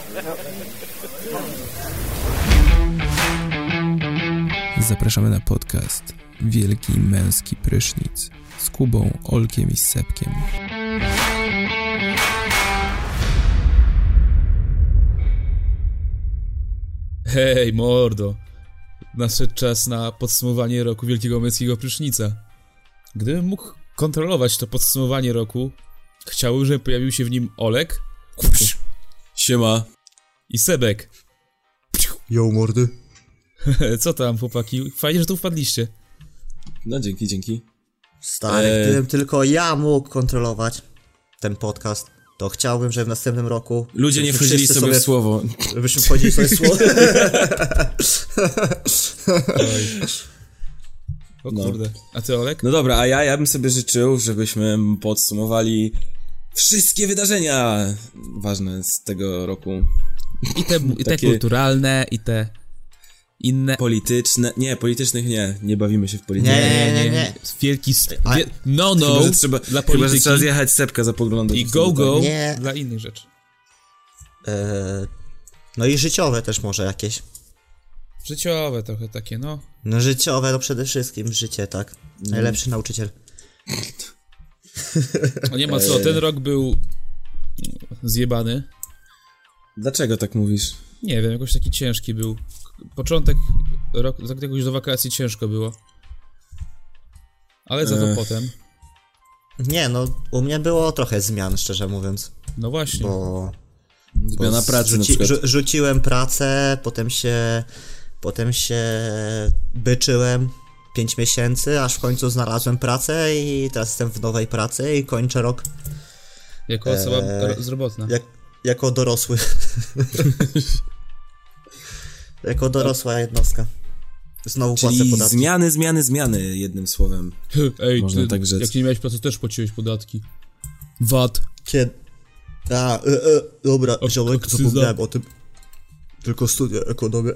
Zapraszamy na podcast Wielki Męski Prysznic z Kubą, Olkiem i Sepkiem. Hej, mordo! Nadszedł czas na podsumowanie roku Wielkiego Męskiego Prysznica. Gdybym mógł kontrolować to podsumowanie roku, chciałbym, żeby pojawił się w nim Olek Siema i Sebek. Yo, mordy. Co tam, chłopaki? Fajnie, że tu wpadliście. No dzięki. Stary, gdybym tylko ja mógł kontrolować ten podcast, to chciałbym, żeby w następnym roku... Ludzie nie wchodzili sobie w słowo. Żebyśmy wchodzili sobie w słowo. O kurde. A ty, Olek? No dobra, a ja bym sobie życzył, żebyśmy podsumowali wszystkie wydarzenia ważne z tego roku. I te kulturalne, i te inne... Polityczne. Nie, politycznych nie bawimy się w politykę. Nie. Wielki... No, dla Chyba, że polityki. trzeba zjechać Sepka za poglądem. I go Nie. dla innych rzeczy. No i życiowe też może jakieś. Życiowe trochę takie, no. No życiowe, no przede wszystkim życie, tak. Najlepszy nauczyciel. No nie ma co, ten rok był zjebany. Dlaczego tak mówisz? Nie wiem, jakoś taki ciężki był. Początek roku, tak jakoś do wakacji ciężko było. Ale za to potem. Nie, no u mnie było trochę zmian, szczerze mówiąc. No właśnie. Zmiana pracy na przykład. Rzuciłem pracę, potem się byczyłem 5 miesięcy, aż w końcu znalazłem pracę i teraz jestem w nowej pracy i kończę rok. Jako osoba bezrobotna. Jako dorosły. Jako dorosła jednostka. Znowu płacę Czyli podatki. zmiany, jednym słowem. Ej, można ty, tak rzec. jak nie miałeś pracy, też płaciłeś podatki. VAT. Kiedy? Dobra, ziołek, akcyza. zapomniałem o tym. Tylko studia ekonomię.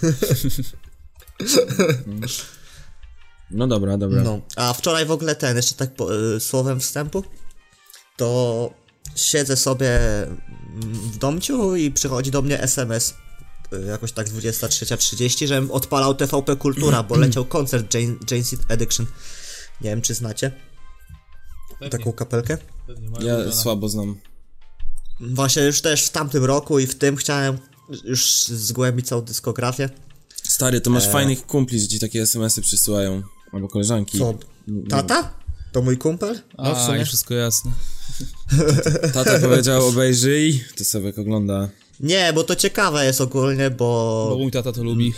No dobra. No, a wczoraj w ogóle jeszcze tak słowem wstępu, to siedzę sobie w domciu i przychodzi do mnie SMS jakoś tak 23:30, żebym odpalał TVP Kultura, bo leciał koncert Jane's Addiction. Nie wiem, czy znacie taką kapelkę? Ja słabo znam. Właśnie już też w tamtym roku i w tym chciałem już zgłębić całą dyskografię. Stary, to masz fajnych kumpli, że ci takie SMS-y przysyłają. Albo koleżanki. Co? Tata? To mój kumpel? No w sumie. Wszystko jasne. Tata powiedział obejrzyj, to sobie ogląda. Nie, bo to ciekawe jest ogólnie, Bo mój tata to lubi.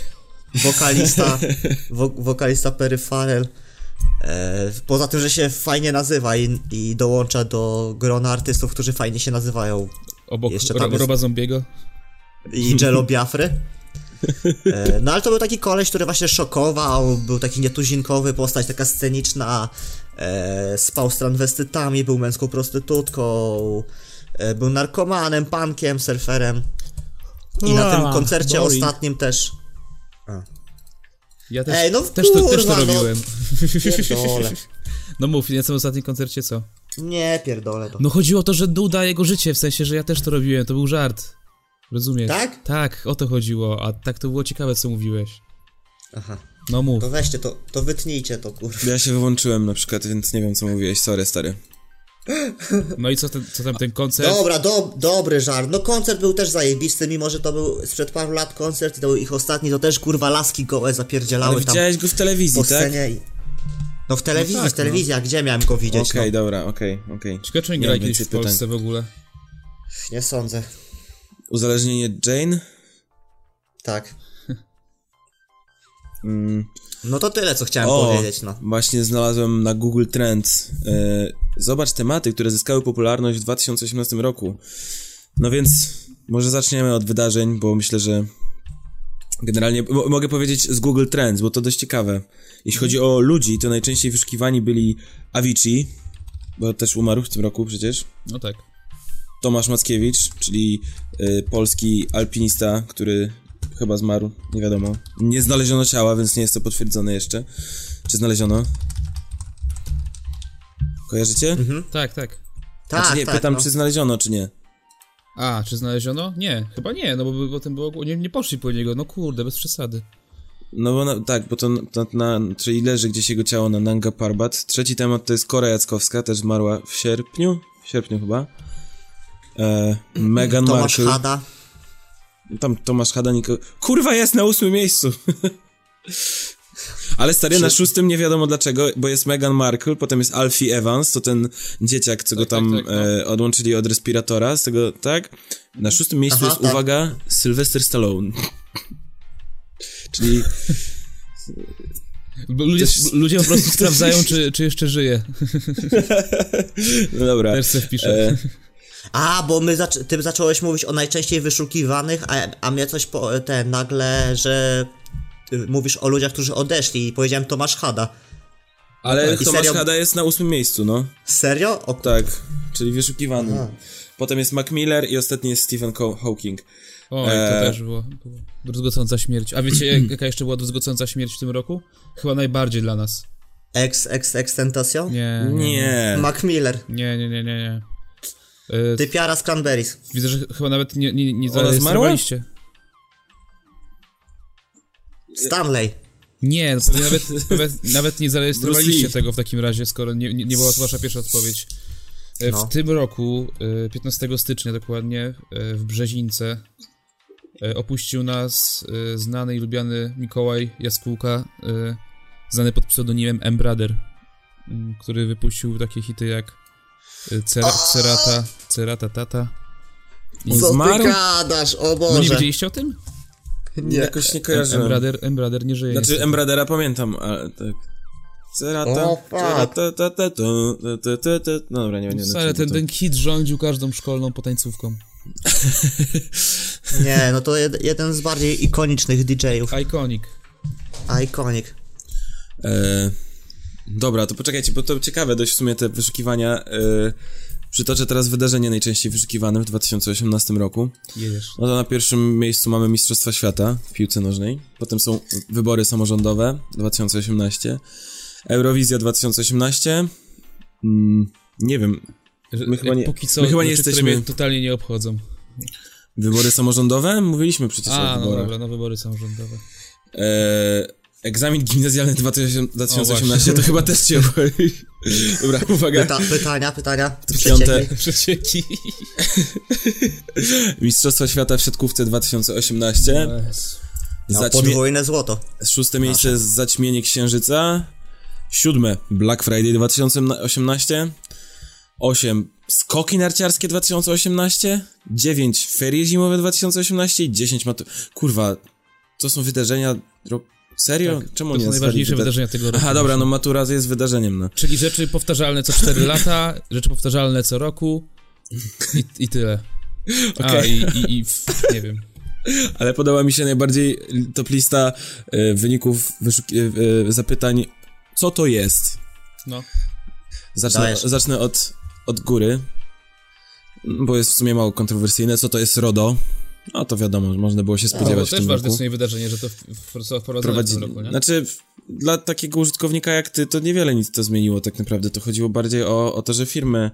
Wokalista Perry Farrell, poza tym, że się fajnie nazywa i dołącza do grona artystów, którzy fajnie się nazywają. Obok Jeszcze tam Roba Zombiego. I Jello Biafry. No ale to był taki koleś, który właśnie szokował, był taki nietuzinkowy, postać taka sceniczna, spał z transwestytami, był męską prostytutką, był narkomanem, punkiem, surferem. I na tym koncercie ostatnim też... Ja też, Ej, no też to robiłem. Pierdolę. No mów, na tym ostatnim koncercie co? Nie, pierdolę to. No chodziło o to, że Duda jego życie, w sensie, że ja też to robiłem, to był żart. Rozumiesz? Tak? Tak, o to chodziło, a tak to było ciekawe, co mówiłeś. Aha. No mów. To weźcie to wytnijcie to, kurwa. Ja się wyłączyłem na przykład, więc nie wiem co mówiłeś, sorry stary. No i co tam ten koncert? Dobra, dobry żart. No koncert był też zajebisty, mimo że to był sprzed paru lat koncert i to był ich ostatni, to też kurwa laski gołe zapierdzielały Ale tam widziałeś go w telewizji, po scenie tak? i... No w telewizji, No tak, w telewizji, a gdzie miałem go widzieć? Okej, no? dobra, okej. Ciekawe, czy nie grali kiedyś w Polsce w ogóle? Nie sądzę. Uzależnienie Jane? Tak. No to tyle, co chciałem powiedzieć, no. Właśnie znalazłem na Google Trends. Zobacz tematy, które zyskały popularność w 2018 roku. No więc może zaczniemy od wydarzeń, bo myślę, że generalnie mogę powiedzieć z Google Trends, bo to dość ciekawe. Jeśli chodzi o ludzi, to najczęściej wyszukiwani byli Avicii, bo też umarł w tym roku przecież. No tak. Tomasz Mackiewicz, czyli polski alpinista, który chyba zmarł, nie wiadomo. Nie znaleziono ciała, więc nie jest to potwierdzone jeszcze. Czy znaleziono? Kojarzycie? Tak. Znaczy nie, pytam, no. czy znaleziono, czy nie. A, czy znaleziono? Nie, chyba nie, no bo potem było, nie poszli po niego, no kurde, bez przesady. No bo tak, bo to czyli leży gdzieś jego ciało na Nanga Parbat. Trzeci temat to jest Kora Jackowska, też zmarła w sierpniu chyba. Meghan Markle. Tomasz Hada. Tam Tomasz Hada kurwa, jest na 8 miejscu. Ale stary, na 6 nie wiadomo dlaczego, bo jest Meghan Markle, potem jest Alfie Evans, to ten dzieciak, co go tam odłączyli od respiratora, z tego, tak? Na 6 miejscu jest, uwaga, Sylvester Stallone. Czyli... Ludzie po prostu sprawdzają, czy jeszcze żyje. No dobra. Też sobie wpiszę. Bo ty zacząłeś mówić o najczęściej wyszukiwanych, a mnie coś nagle, że mówisz o ludziach, którzy odeszli i powiedziałem Tomasz Hada. Ale Tomasz Hada jest na 8 miejscu, no. Serio? Tak, czyli wyszukiwany. Aha. Potem jest Mac Miller i ostatni jest Stephen Hawking. Oj, to też było druzgocąca śmierć. A wiecie, jaka jeszcze była druzgocąca śmierć w tym roku? Chyba najbardziej dla nas. Extentacion? Nie. Mac Miller. Nie. Typiara z Cranberries. Widzę, że chyba nawet nie zarejestrowaliście. Stanley. Nie, no nawet nie zarejestrowaliście tego w takim razie, skoro nie była to wasza pierwsza odpowiedź. W tym roku, 15 stycznia dokładnie, w Brzezińce opuścił nas znany i lubiany Mikołaj Jaskółka, znany pod pseudonimem M-Brother, który wypuścił takie hity jak Cerata Tata. Co ty gadasz, o Boże. No nie wiedzieliście o tym? Nie. Jakoś nie kojarzę. M-Brother nie żyje. Znaczy M-Brothera pamiętam, ale tak... No dobra, nie. Ale ten hit rządził każdą szkolną potańcówką. Nie, no to jeden z bardziej ikonicznych DJ-ów. Iconic. Dobra, to poczekajcie, bo to ciekawe dość w sumie te wyszukiwania. Przytoczę teraz wydarzenie najczęściej wyszukiwane w 2018 roku. No to na pierwszym miejscu mamy Mistrzostwa Świata w piłce nożnej. Potem są wybory samorządowe 2018. Eurowizja 2018. Nie wiem. My chyba nie jesteśmy... Które mnie totalnie nie obchodzą. Wybory samorządowe? Mówiliśmy przecież o wyborach. No dobra, wybory samorządowe. Egzamin gimnazjalny 2018 to chyba też cię obchodzi. Dobra, uwaga. Pytania. Przecieki. Mistrzostwa Świata w siatkówce 2018. Podwójne złoto. 6 miejsce Zaćmienie Księżyca. 7 Black Friday 2018. 8 Skoki narciarskie 2018. 9 Ferie zimowe 2018 i 10 Kurwa, to są wydarzenia... Serio? Tak, czemu to nie są najważniejsze wydarzenia tego roku. Aha, dobra, no matura jest wydarzeniem, no. Czyli rzeczy powtarzalne co 4 lata, rzeczy powtarzalne co roku i tyle. Okay. I nie wiem. Ale podoba mi się najbardziej top lista wyników zapytań, co to jest? No. Zacznę od góry, bo jest w sumie mało kontrowersyjne. Co to jest RODO? No to wiadomo, można było się spodziewać w tym roku. To też ważne jest wydarzenie, że to wprowadzono w tym roku, nie? Znaczy, dla takiego użytkownika jak ty, to niewiele nic to zmieniło tak naprawdę. To chodziło bardziej o to, że firmy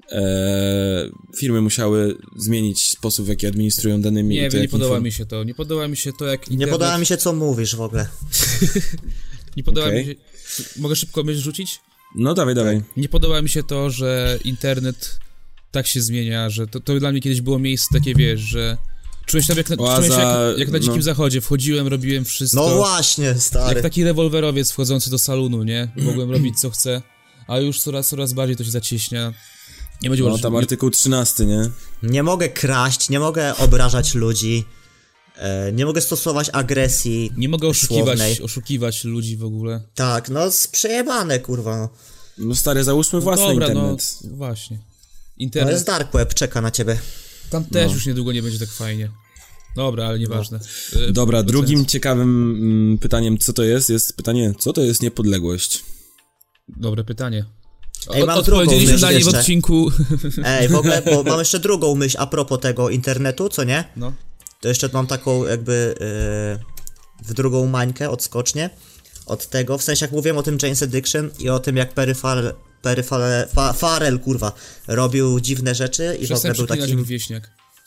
musiały zmienić sposób, w jaki administrują danymi. Nie podoba mi się to. Nie podoba mi się to, jak internet... Nie podoba mi się, co mówisz w ogóle. Nie podoba mi się... Mogę szybko myśl rzucić? No dawaj. Nie podoba mi się to, że internet tak się zmienia, że to dla mnie kiedyś było miejsce takie, wiesz, że czułem się jak na dzikim zachodzie. Wchodziłem, robiłem wszystko. No właśnie, stary. Jak taki rewolwerowiec wchodzący do salonu, nie? Mogłem robić co chcę, a już coraz bardziej to się zacieśnia. Nie będzie tam artykuł 13, nie? Nie mogę kraść, nie mogę obrażać ludzi, nie mogę stosować agresji. Nie mogę oszukiwać ludzi w ogóle. Tak, no przejebane, kurwa. No stary, załóżmy własny internet. No właśnie. Internet. No jest dark web, czeka na ciebie. Tam też już niedługo nie będzie tak fajnie. Dobra, ale nieważne. Dobra, drugim ciekawym pytaniem, co to jest pytanie, co to jest niepodległość? Dobre pytanie. Mam odpowiedzieliśmy na nie w odcinku. W ogóle, bo mam jeszcze drugą myśl a propos tego internetu, co nie? No. To jeszcze mam taką jakby w drugą mańkę, odskocznie od tego, w sensie jak mówiłem o tym Jane's Addiction i o tym jak Farrell, kurwa, robił dziwne rzeczy i w ogóle był takim... wieśniak.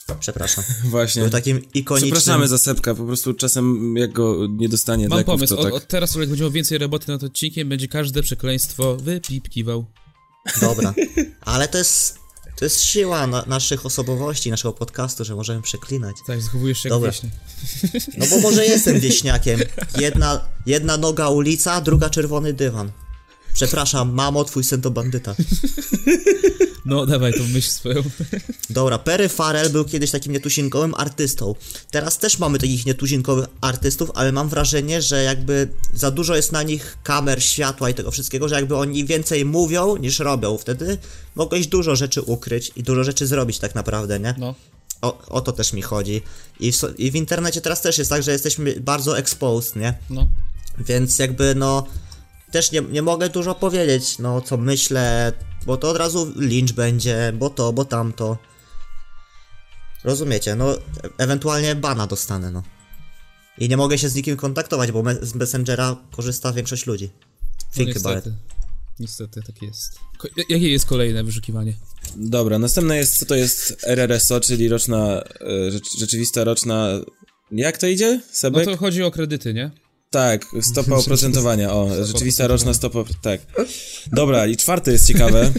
Przepraszam. Właśnie. Był takim ikonicznym... Przepraszamy za Sepka, po prostu czasem jak go nie dostanie Mam leków, pomysł, to tak... od teraz jak będzie miał więcej roboty nad odcinkiem, będzie każde przekleństwo wypipkiwał. Dobra, ale to jest siła naszych osobowości, naszego podcastu, że możemy przeklinać. Tak, zachowujesz się jak Dobra. wieśniak. No bo może jestem wieśniakiem. Jedna noga ulica, druga czerwony dywan. Przepraszam, mamo, twój syn to bandyta. No, dawaj tą myśl swoją. Dobra, Perry Farrell był kiedyś takim nietuzinkowym artystą. Teraz też mamy takich nietuzinkowych artystów, ale mam wrażenie, że jakby za dużo jest na nich kamer, światła i tego wszystkiego, że jakby oni więcej mówią niż robią. Wtedy mogłeś dużo rzeczy ukryć i dużo rzeczy zrobić tak naprawdę, nie? No. O to też mi chodzi. I w internecie teraz też jest tak, że jesteśmy bardzo exposed, nie? No. Więc jakby no... Też nie mogę dużo powiedzieć, no co myślę, bo to od razu lincz będzie, bo to, bo tamto. Rozumiecie, no ewentualnie bana dostanę, no. I nie mogę się z nikim kontaktować, bo z Messengera korzysta większość ludzi. Think about it. Niestety, tak jest. Jakie jest kolejne wyszukiwanie? Dobra, następne jest, co to jest RRSO, czyli roczna, rzeczywista roczna... Jak to idzie, Sebek? No to chodzi o kredyty, nie? Tak, stopa oprocentowania, rzeczywista roczna stopa, tak. Dobra, i czwarte jest ciekawe.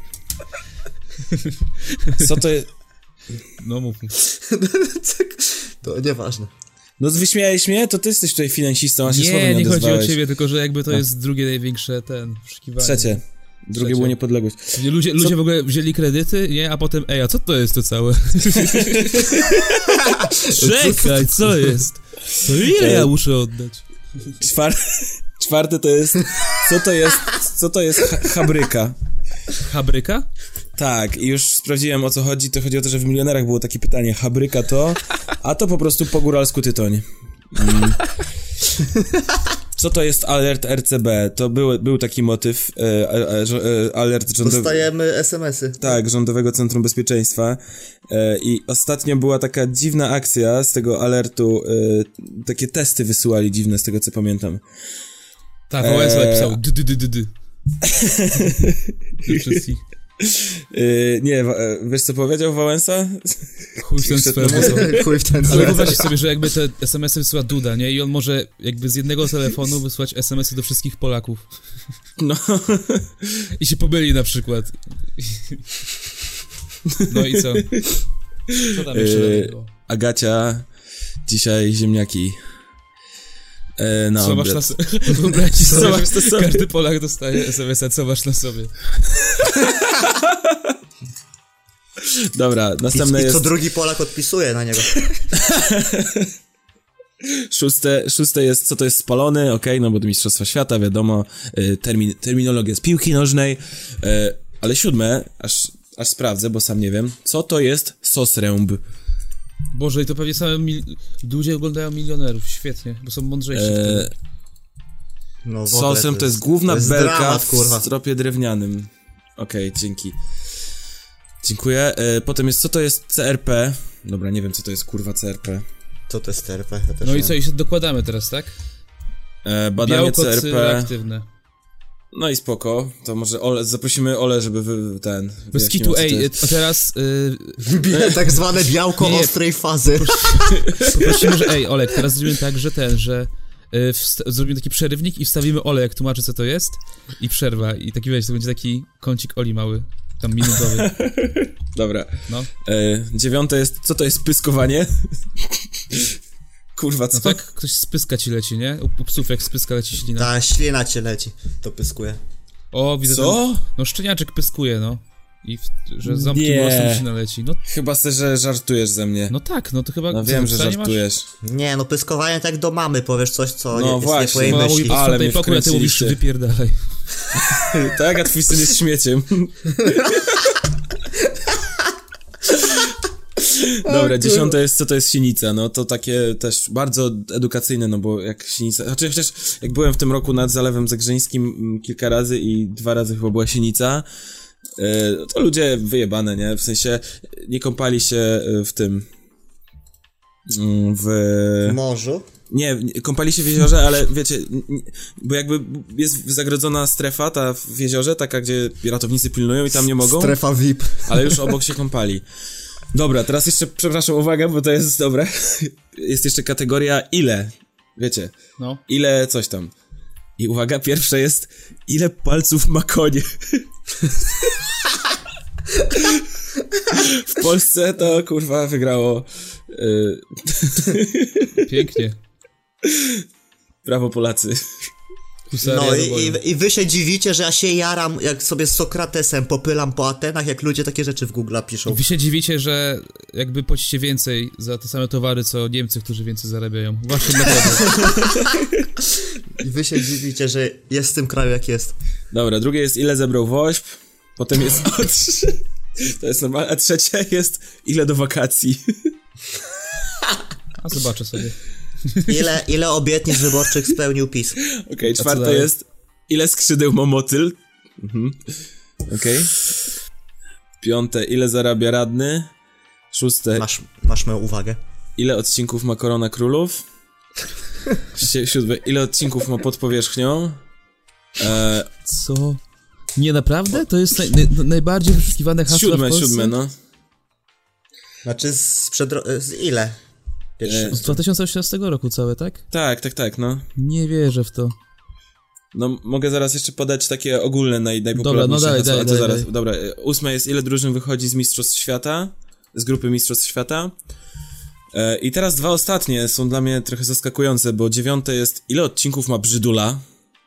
Co to jest... No mów. To nieważne. No wyśmiałeś mnie? To ty jesteś tutaj finansistą, a się słowem Nie chodzi o odezwałeś. ciebie, tylko że jakby to jest drugie największe wyszukiwanie. Trzecie. Drugie było niepodległość. Ludzie w ogóle wzięli kredyty, nie? A potem, a co to jest to całe? Czekaj, co jest? To ile ja muszę oddać? Czwarte to jest... Co to jest habryka? Habryka? Tak, i już sprawdziłem, o co chodzi. To chodzi o to, że w Milionerach było takie pytanie, habryka to, a to po prostu po góralsku tytoń. Co to jest alert RCB? To był taki motyw, alert rządowy... Dostajemy SMS-y. Tak, Rządowego Centrum Bezpieczeństwa. I ostatnio była taka dziwna akcja z tego alertu, takie testy wysyłali dziwne, z tego co pamiętam. Tak, Wałęsa napisał dy. Wszystkich. Nie, wiesz co powiedział Wałęsa? Chuj w ten sfer. Ale wyobraźcie sobie, że jakby te SMS-y wysyła Duda, nie? I on może jakby z jednego telefonu wysłać SMS-y do wszystkich Polaków. No. I się pomyli na przykład. No i co? Co tam jeszcze było? Agacia, dzisiaj ziemniaki. Co masz na sobie? Wyobraźcie sobie, każdy Polak dostaje SMS-a, co masz na sobie. Dobra, następne jest... I co drugi Polak odpisuje na niego. Szóste jest, co to jest spalony, okej, no bo do Mistrzostwa Świata, wiadomo, terminologia z piłki nożnej, ale siódme, aż sprawdzę, bo sam nie wiem, co to jest sosręb? Boże, i to pewnie same ludzie oglądają Milionerów, świetnie, bo są mądrzejsi wtedy. No, sosręb to jest główna belka dramat, w stropie drewnianym. Okej, dzięki. Dziękuję. Potem jest, co to jest CRP? Dobra, nie wiem, co to jest, kurwa, CRP. Co to jest CRP? Ja no i co, i się dokładamy teraz, tak? Badanie Białko CRP. aktywne. No i spoko. To może zaprosimy Ole, żeby Bez kitu, a teraz... tak zwane białko ostrej fazy. Poprosimy, że Olek, teraz zrobimy tak, że zrobimy taki przerywnik i wstawimy Ole, jak tłumaczy, co to jest i przerwa. I taki to będzie taki kącik Oli mały, tam minutowy. Dobra. No. 9 jest, co to jest pyskowanie? Kurwa, co? No tak, ktoś z pyska ci leci, nie? U psów jak z pyska leci ślina. Ta ślina cię leci, to pyskuje. O, widzę. Co? No szczeniaczek pyskuje, no. I że ząbki włosem ślina leci. No. Chyba że żartujesz ze mnie. No tak, no to chyba... No wiem, że żartujesz. Nie, no pyskowanie tak do mamy powiesz coś, co no jest właśnie, nie po jej myśli. Ale mnie pokój, a ty mówisz, wypierdalaj. Tak, a twój syn jest śmieciem. Dobra, 10 jest, co to jest sinica, no to takie też bardzo edukacyjne, no bo jak sinica, chociaż jak byłem w tym roku nad Zalewem Zagrzeńskim kilka razy i 2 razy chyba była sinica, to ludzie wyjebane, nie, w sensie nie kąpali się w tym, w morzu? Nie, kąpali się w jeziorze, ale wiecie, bo jakby jest zagrodzona strefa ta w jeziorze, taka, gdzie ratownicy pilnują i tam nie mogą. Strefa VIP. Ale już obok się kąpali. Dobra, teraz jeszcze, przepraszam, uwaga, bo to jest dobre. Jest jeszcze kategoria ile. Wiecie, No. ile coś tam. I uwaga, pierwsze jest, ile palców ma konie. W Polsce to, kurwa, wygrało Pięknie. brawo Polacy. Husaria No do boju. i wy się dziwicie, że ja się jaram, jak sobie z Sokratesem popylam po Atenach, jak ludzie takie rzeczy w Google piszą. Wy się dziwicie, że jakby płacicie więcej za te same towary, co Niemcy, którzy więcej zarabiają. Właśnie dlatego. I wy się dziwicie, że jest w tym kraju jak jest. Dobra, drugie jest ile zebrał woźb. Potem jest to jest normalne, a trzecie jest ile do wakacji. A zobaczę sobie. Ile obietnic wyborczych spełnił PiS? Okej, co czwarte dalej? jest ile skrzydeł ma motyl. Okej. Piąte, ile zarabia radny. Szóste, Masz moją uwagę. ile odcinków ma Korona Królów. Siódme, ile odcinków ma Pod powierzchnią. Co? Nie, naprawdę? To jest najbardziej wyszukiwane hasło w Polsce? Siódme, no. Znaczy z ile? Pierwszy. Z 2018 roku całe, tak? Tak, no. Nie wierzę w to. No, mogę zaraz jeszcze podać takie ogólne, najpopularniejsze Dobra, no hasła, daj, a to daj, zaraz. daj. Dobra, ósme jest ile drużyn wychodzi z Mistrzostw Świata, z grupy Mistrzostw Świata. I teraz dwa ostatnie są dla mnie trochę zaskakujące, bo dziewiąte jest ile odcinków ma Brzydula.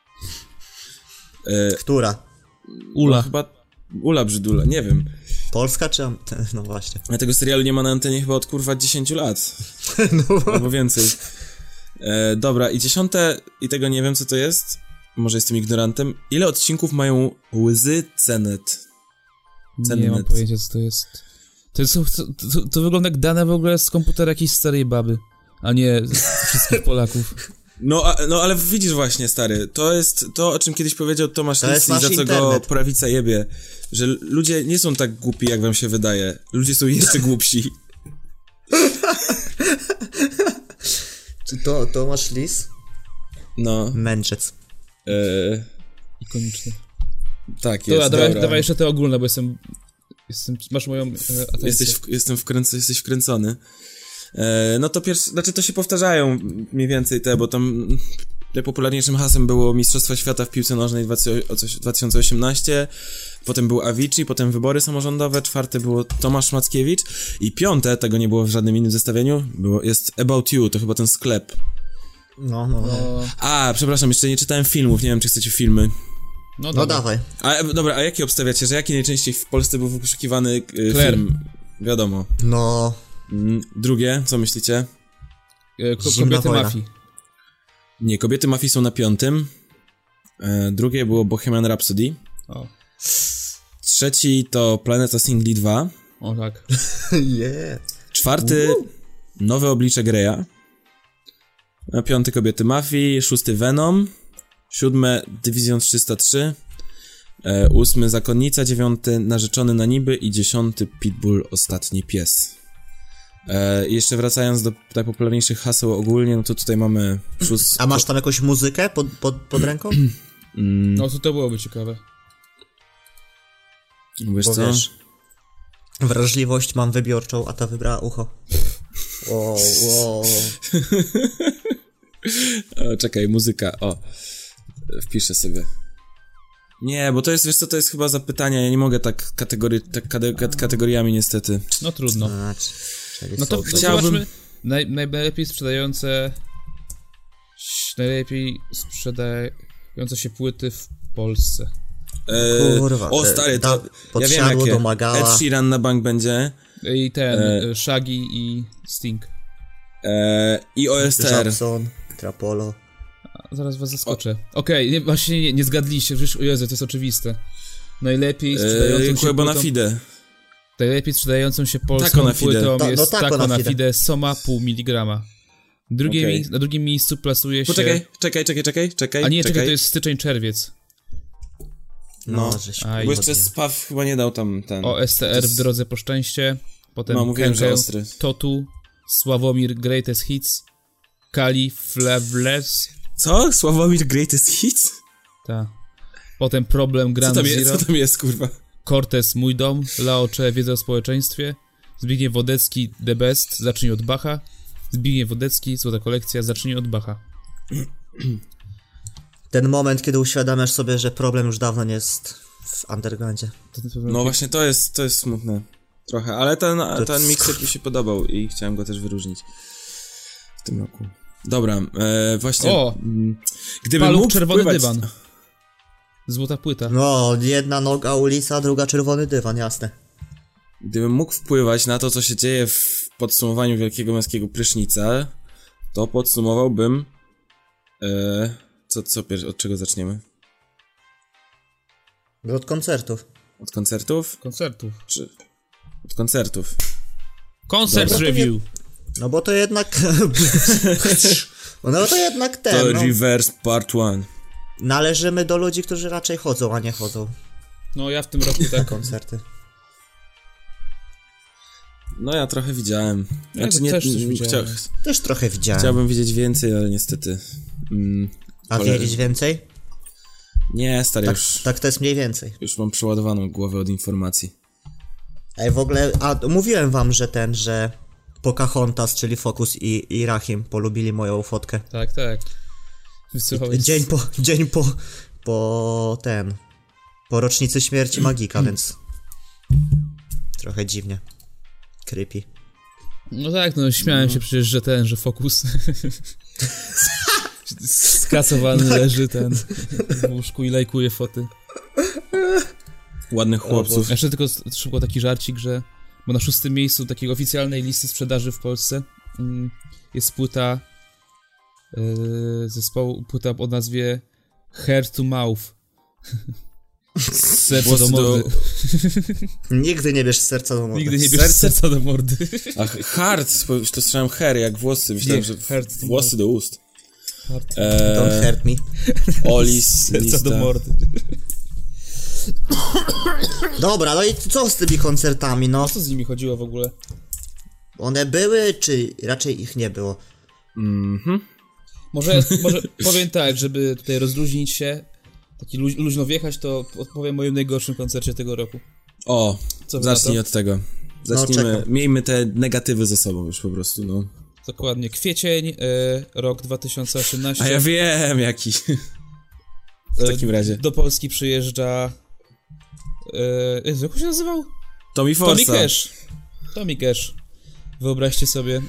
Która? Ula. No, chyba Ula Brzydula, nie wiem. Polska czy... No właśnie. A tego serialu nie ma na antenie chyba od kurwa 10 lat. Albo więcej. Dobra, i dziesiąte, i tego nie wiem co to jest, może jestem ignorantem. Ile odcinków mają Łzy Cenet? Nie mam pojęcia, co to jest. To wygląda jak dane w ogóle z komputera jakiejś starej baby, a nie z wszystkich Polaków. No, ale widzisz właśnie, stary, to jest to, o czym kiedyś powiedział Tomasz To jest Lis, za nasz co go internet. prawica jebie, że ludzie nie są tak głupi, jak wam się wydaje. Ludzie są jeszcze głupsi. Czy to masz lis? No. Mędrzec. Ikoniczne. Tak jest, Dobra, dobra. dawaj jeszcze te ogólne, bo masz moją atencję. Jesteś wkręcony. No to znaczy to się powtarzają mniej więcej bo tam najpopularniejszym hasłem było Mistrzostwa Świata w piłce nożnej 2018, potem był Avicii, potem wybory samorządowe, czwarte było Tomasz Mackiewicz i piąte, tego nie było w żadnym innym zestawieniu, jest About You, to chyba ten sklep. No. A, przepraszam, jeszcze nie czytałem filmów, nie wiem czy chcecie filmy. No dawaj. Dobra, a jaki obstawiacie, że jaki najczęściej w Polsce był wyszukiwany Claire. film? Wiadomo. No. Drugie, co myślicie? Zimna Kobiety wojna. mafii. Nie, Kobiety Mafii są na piątym. Drugie było Bohemian Rhapsody. O, Trzeci to Planeta Singli 2. o tak. Yeah. Czwarty Nowe oblicze Greya. Piąty Kobiety Mafii. Szósty Venom. Siódme Dywizjon 303. Ósmy Zakonnica. Dziewiąty Narzeczony na niby. I 10 Pitbull Ostatni Pies. Jeszcze wracając do najpopularniejszych haseł ogólnie, no to tutaj mamy A masz tam jakąś muzykę pod ręką? No to byłoby ciekawe. Wiesz Bo co? wiesz, wrażliwość mam wybiorczą, a ta wybrała ucho. Wow. O, czekaj, muzyka, wpiszę sobie. Nie, bo to jest, wiesz co, to jest chyba zapytania, ja nie mogę tak kategoriami niestety. No trudno. No to Chciałbym- zobaczmy najlepiej sprzedające się płyty w Polsce. Kurwa. O stary, to ja wiem Podsiadło jakie. domagała. Ed Sheeran na bank będzie. I Shaggy i Sting. I OSTR. Jackson, Trapolo. Zaraz was zaskoczę. Okej, właśnie nie zgadliście, przecież o Jezu, to jest oczywiste. Najlepiej sprzedającą się Bona płytą... Fide. Najlepiej sprzedającą się Taco polską na Fide. płytą jest Taco Taco na na Fide. Fide, Soma pół miligrama. Na drugim miejscu plasuje się... Poczekaj. A nie, czekaj, to jest styczeń-czerwiec. No, żeś Aj, bo jeszcze Spaw chyba nie dał tam ten... OSTR w drodze po szczęście. Potem No, mówiłem, że Kenkel, ostry. Totu, Sławomir Greatest Hits, Kali Flavles. Co? Sławomir Greatest Hits? Ta. Potem Problem Grand Zero. Co tam jest, kurwa? Cortez Mój Dom, Laocze Wiedza o społeczeństwie, Zbigniew Wodecki, The Best, zacznij od Bacha. Zbigniew Wodecki, Złota kolekcja, zacznij od Bacha. Ten moment, kiedy uświadamiasz sobie, że problem już dawno nie jest w undergroundzie. No właśnie to jest smutne. Trochę, ale ten mixtape mi się podobał i chciałem go też wyróżnić w tym roku. Dobra, właśnie... gdybym Paluch, mógł czerwony wpływać... dywan. Złota płyta. No, jedna noga ulica, druga czerwony dywan, jasne. Gdybym mógł wpływać na to, co się dzieje w podsumowaniu Wielkiego Męskiego Prysznica, to podsumowałbym... Od czego zaczniemy? Od koncertów. Od koncertów? Koncertów. Czy... Od koncertów. Koncert Dobra. review. No bo to jednak... no to jednak To no, Reverse Part 1. należymy do ludzi, którzy raczej chodzą, a nie chodzą No ja w tym roku tak. koncerty. No ja trochę widziałem. Ja też coś widziałem. Też trochę widziałem. Chciałbym widzieć więcej, ale niestety... A wiedzieć więcej? Nie, stary, Tak, już... tak to jest mniej więcej. Już mam przeładowaną głowę od informacji. Ej, w ogóle, mówiłem wam, że Pocahontas, czyli Focus i Rahim polubili moją fotkę. Tak. Wysłuchałeś... Dzień po rocznicy śmierci Magika, więc trochę dziwnie. Creepy. No tak, no śmiałem się przecież, że Focus skasowany leży w łóżku i lajkuje foty. Ładnych chłopców. Jeszcze tylko szybko taki żarcik, bo na 6. miejscu takiej oficjalnej listy sprzedaży w Polsce jest płyta zespołu, płyta o nazwie Hair to Mouth. Serce do mordy. Nigdy nie bierz serca do mordy. Nigdy nie bierz serca do mordy. A heart, to słyszałem hair jak włosy. Myślałem, że włosy do ust. Don't hurt me. Olis, serca lista. do mordy. Dobra, no i co z tymi koncertami, no? O co z nimi chodziło w ogóle? One były, czy raczej ich nie było? Może powiem tak, żeby tutaj rozluźnić się, taki luźno wjechać, to odpowiem o moim najgorszym koncercie tego roku. O, Co zacznij od tego. Zacznijmy, No, miejmy te negatywy ze sobą już po prostu, no. Dokładnie, kwiecień, rok 2018. A ja wiem jaki. W takim razie. Do Polski przyjeżdża... jak on się nazywał? Tommy Forsa. Tommy Cash. Wyobraźcie sobie.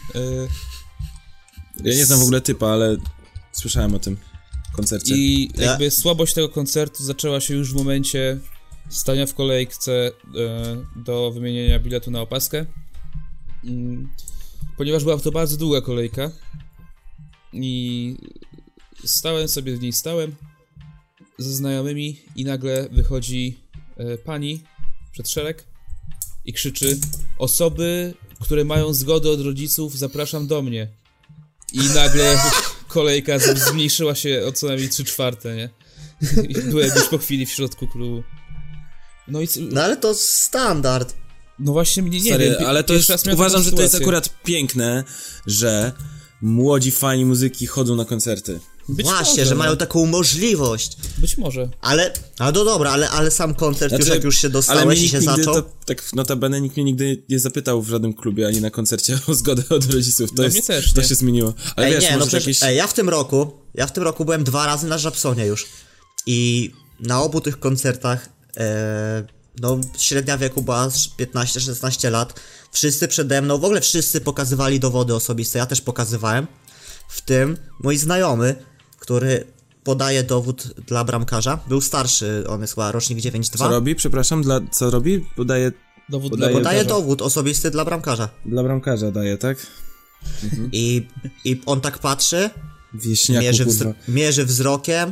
Ja nie znam w ogóle typa, ale słyszałem o tym koncercie. I jakby słabość tego koncertu zaczęła się już w momencie stania w kolejce do wymienienia biletu na opaskę. Ponieważ była to bardzo długa kolejka i stałem sobie w niej ze znajomymi i nagle wychodzi pani przed szereg i krzyczy: osoby, które mają zgodę od rodziców, zapraszam do mnie. I nagle kolejka zmniejszyła się o co najmniej 3/4, nie? I byłem już po chwili w środku klubu. No ale to standard. No właśnie, nie Stary, wiem. ale to jest, uważam, że to jest akurat piękne, że młodzi fani muzyki chodzą na koncerty. Właśnie, może, że mają taką możliwość. Być może. Ale no dobra, ale sam koncert już jak już się dostałeś i się zaczął. To, tak notabene nikt mnie nigdy nie zapytał w żadnym klubie ani na koncercie o zgodę od rodziców. To, mnie też, to nie? się zmieniło. Ale wiesz, może jakieś... ja w tym roku byłem 2 razy na Żabsonie już. I na obu tych koncertach no średnia wieku była 15-16 lat. Wszyscy przede mną, w ogóle wszyscy pokazywali dowody osobiste, ja też pokazywałem. W tym mój znajomy, który podaje dowód dla bramkarza. Był starszy, on jest chyba rocznik 9-2. Co robi? Przepraszam, co robi? Podaje dowód osobisty dla bramkarza. Dla bramkarza daje, tak? Mhm. I on tak patrzy, Wieśniaku, mierzy wzrokiem.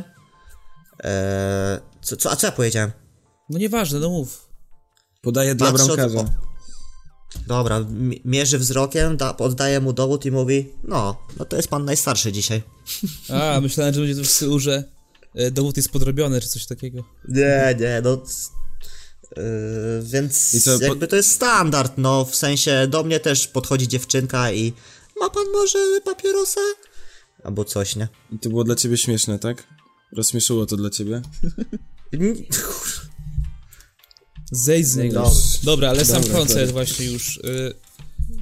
A co ja powiedziałem? No nieważne, no mów. Podaje dla bramkarza. Dobra, mierzy wzrokiem, oddaje mu dowód i mówi: no to jest pan najstarszy dzisiaj. A, myślałem, że będzie to w stylu, że dowód jest podrobiony, czy coś takiego. Nie, no... więc jakby to jest standard, no w sensie do mnie też podchodzi dziewczynka i ma pan może papierosa? Albo coś, nie? I to było dla ciebie śmieszne, tak? Rozśmieszyło to dla ciebie? Zejdź z niego. Dobra, ale sam koncert właśnie już.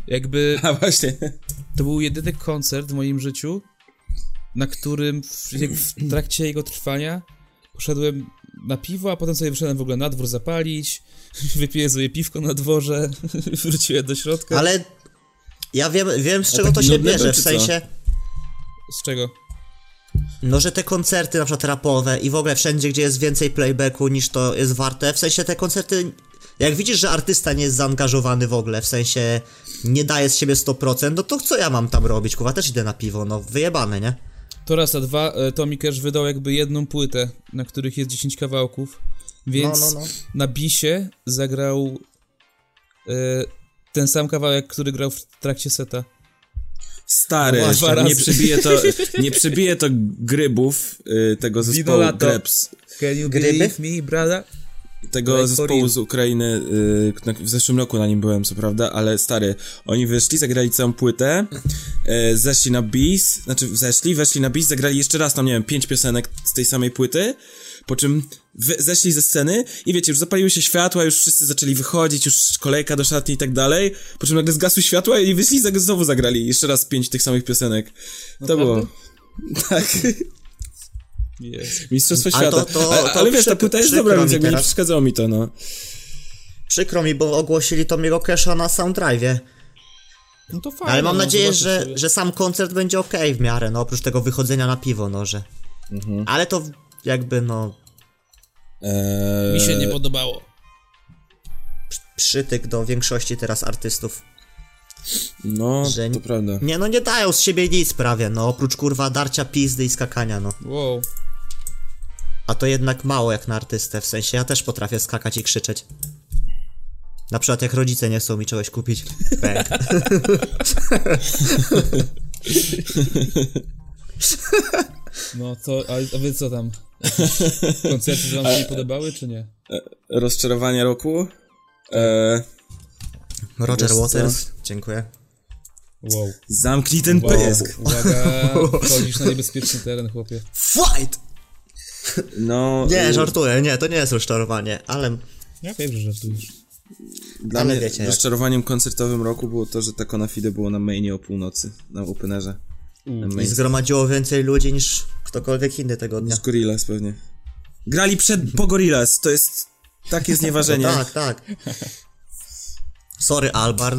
Jakby A właśnie. to był jedyny koncert w moim życiu, na którym w trakcie jego trwania poszedłem na piwo, a potem sobie wyszedłem w ogóle na dwór zapalić, wypiłem sobie piwko na dworze, wróciłem do środka. Ale ja wiem z czego to się nudny bierze, był, w czy co? sensie... Z czego? No, że te koncerty na przykład rapowe i w ogóle wszędzie, gdzie jest więcej playbacku niż to jest warte, w sensie te koncerty... Jak widzisz, że artysta nie jest zaangażowany w ogóle, w sensie nie daje z siebie 100%, no to co ja mam tam robić? Kurwa, też idę na piwo, no wyjebane, nie? To raz, a dwa, Tommy Cash wydał jakby jedną płytę, na których jest 10 kawałków, więc No. na bisie zagrał ten sam kawałek, który grał w trakcie seta. Stary, No właśnie, nie przebije to grybów tego zespołu Lato. Krebs. Can you Gryby? believe me, brother? Tego Like for zespołu real. z Ukrainy, w zeszłym roku na nim byłem, co prawda, ale stary, oni wyszli, zagrali całą płytę, zeszli na bis, weszli na bis, zagrali jeszcze raz tam, nie wiem, 5 piosenek z tej samej płyty, po czym zeszli ze sceny i wiecie, już zapaliły się światła, już wszyscy zaczęli wychodzić, już kolejka do szatni i tak dalej, po czym nagle zgasły światła i wyszli i znowu zagrali jeszcze raz 5 tych samych piosenek. To było... Tak. Yes. Mistrzostwo Ale świata. Ale wiesz, ta płyta jest przykro dobra, mi więc jakby nie teraz. przeszkadzało mi to, no. Przykro mi, bo ogłosili Tommy'ego Casha na Sounddrave'ie. No to fajnie. Ale mam no, nadzieję, zobaczysz sobie. że sam koncert będzie okej w miarę, no oprócz tego wychodzenia na piwo, no że... Ale to jakby, no... Mi się nie podobało. Przytyk do większości teraz artystów. No, że to prawda. Nie, no nie dają z siebie nic prawie, no oprócz kurwa darcia pizdy i skakania, no. Wow. A to jednak mało jak na artystę, w sensie ja też potrafię skakać i krzyczeć. Na przykład jak rodzice nie chcą mi czegoś kupić. Bang. No to, a wy co tam? Koncerty wam się nie podobały, czy nie? Rozczarowanie roku? Roger Wiesz co? Waters, dziękuję. Wow. Zamknij ten pysk. Uwaga, wchodzisz na niebezpieczny teren, chłopie. Fight! No, Nie, żartuję, nie, to nie jest rozczarowanie, ale... Ja wiem, że żartujesz. dla ale mnie wiecie jak. rozczarowaniem koncertowym roku było to, że Taco na Fide było na mainie o północy, na openerze. Na I main. zgromadziło więcej ludzi niż ktokolwiek inny tego dnia. Z Gorillaz pewnie. Grali po Gorillaz, to jest takie znieważenie. No tak. Sorry, Albarn.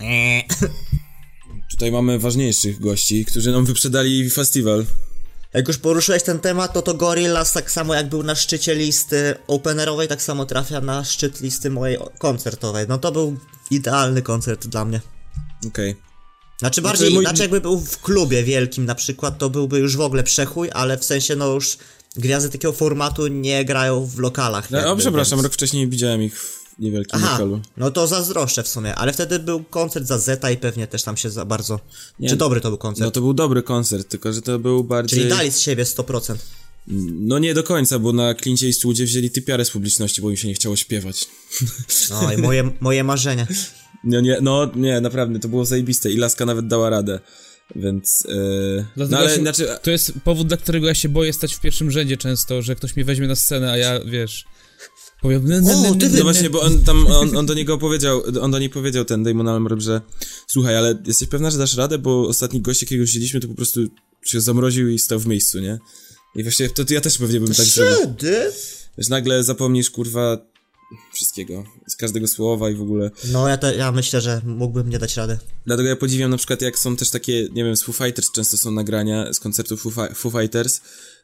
Tutaj mamy ważniejszych gości, którzy nam wyprzedali festiwal. Jak już poruszyłeś ten temat, to Gorillaz tak samo jak był na szczycie listy openerowej, tak samo trafia na szczyt listy mojej koncertowej. No to był idealny koncert dla mnie. Okej. Znaczy bardziej, mój- znaczy jakby był w klubie wielkim na przykład, to byłby już w ogóle przechój, ale w sensie no już gwiazdy takiego formatu nie grają w lokalach. No, jakby, przepraszam, więc... rok wcześniej widziałem ich w niewielkim Aha, lokalu. no to zazdroszczę w sumie, ale wtedy był koncert za Zeta i pewnie też tam się za bardzo... Nie, Czy dobry to był koncert? No to był dobry koncert, tylko że to był bardziej... Czyli dali z siebie 100%. No nie do końca, bo na Klincie i Studzie wzięli typiarę z publiczności, bo im się nie chciało śpiewać. No i moje marzenie. Nie, naprawdę, to było zajebiste i Laska nawet dała radę, więc... Dlatego no ale, się, znaczy... to jest powód, dla którego ja się boję stać w pierwszym rzędzie często, że ktoś mnie weźmie na scenę, a ja, wiesz... Powiem... No właśnie, bo on do niego powiedział, on do niej powiedział, ten Damon Albarn, że słuchaj, ale jesteś pewna, że dasz radę, bo ostatni gość, jakiego wzięliśmy, to po prostu się zamroził i stał w miejscu, nie? I właśnie to ja też pewnie bym tak zrobił. Wtedy? Wiesz, nagle zapomnisz, kurwa, wszystkiego, z każdego słowa i w ogóle. No ja myślę, że mógłbym nie dać rady. Dlatego ja podziwiam na przykład, jak są też takie, nie wiem, z Foo Fighters często są nagrania z koncertów Foo Fighters,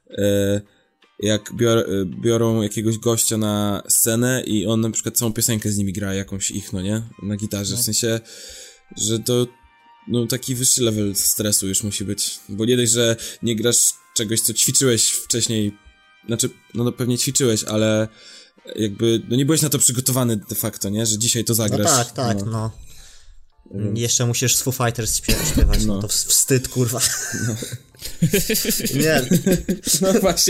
jak biorą jakiegoś gościa na scenę i on na przykład całą piosenkę z nimi gra, jakąś ich, no nie? Na gitarze, w sensie, że to no taki wyższy level stresu już musi być, bo nie dość, że nie grasz czegoś, co ćwiczyłeś wcześniej, znaczy, no pewnie ćwiczyłeś, ale jakby, no nie byłeś na to przygotowany de facto, nie? Że dzisiaj to zagrasz. No tak, no. Jeszcze musisz z Foo Fighters śpiewać, no to wstyd, kurwa. No. Nie. No właśnie.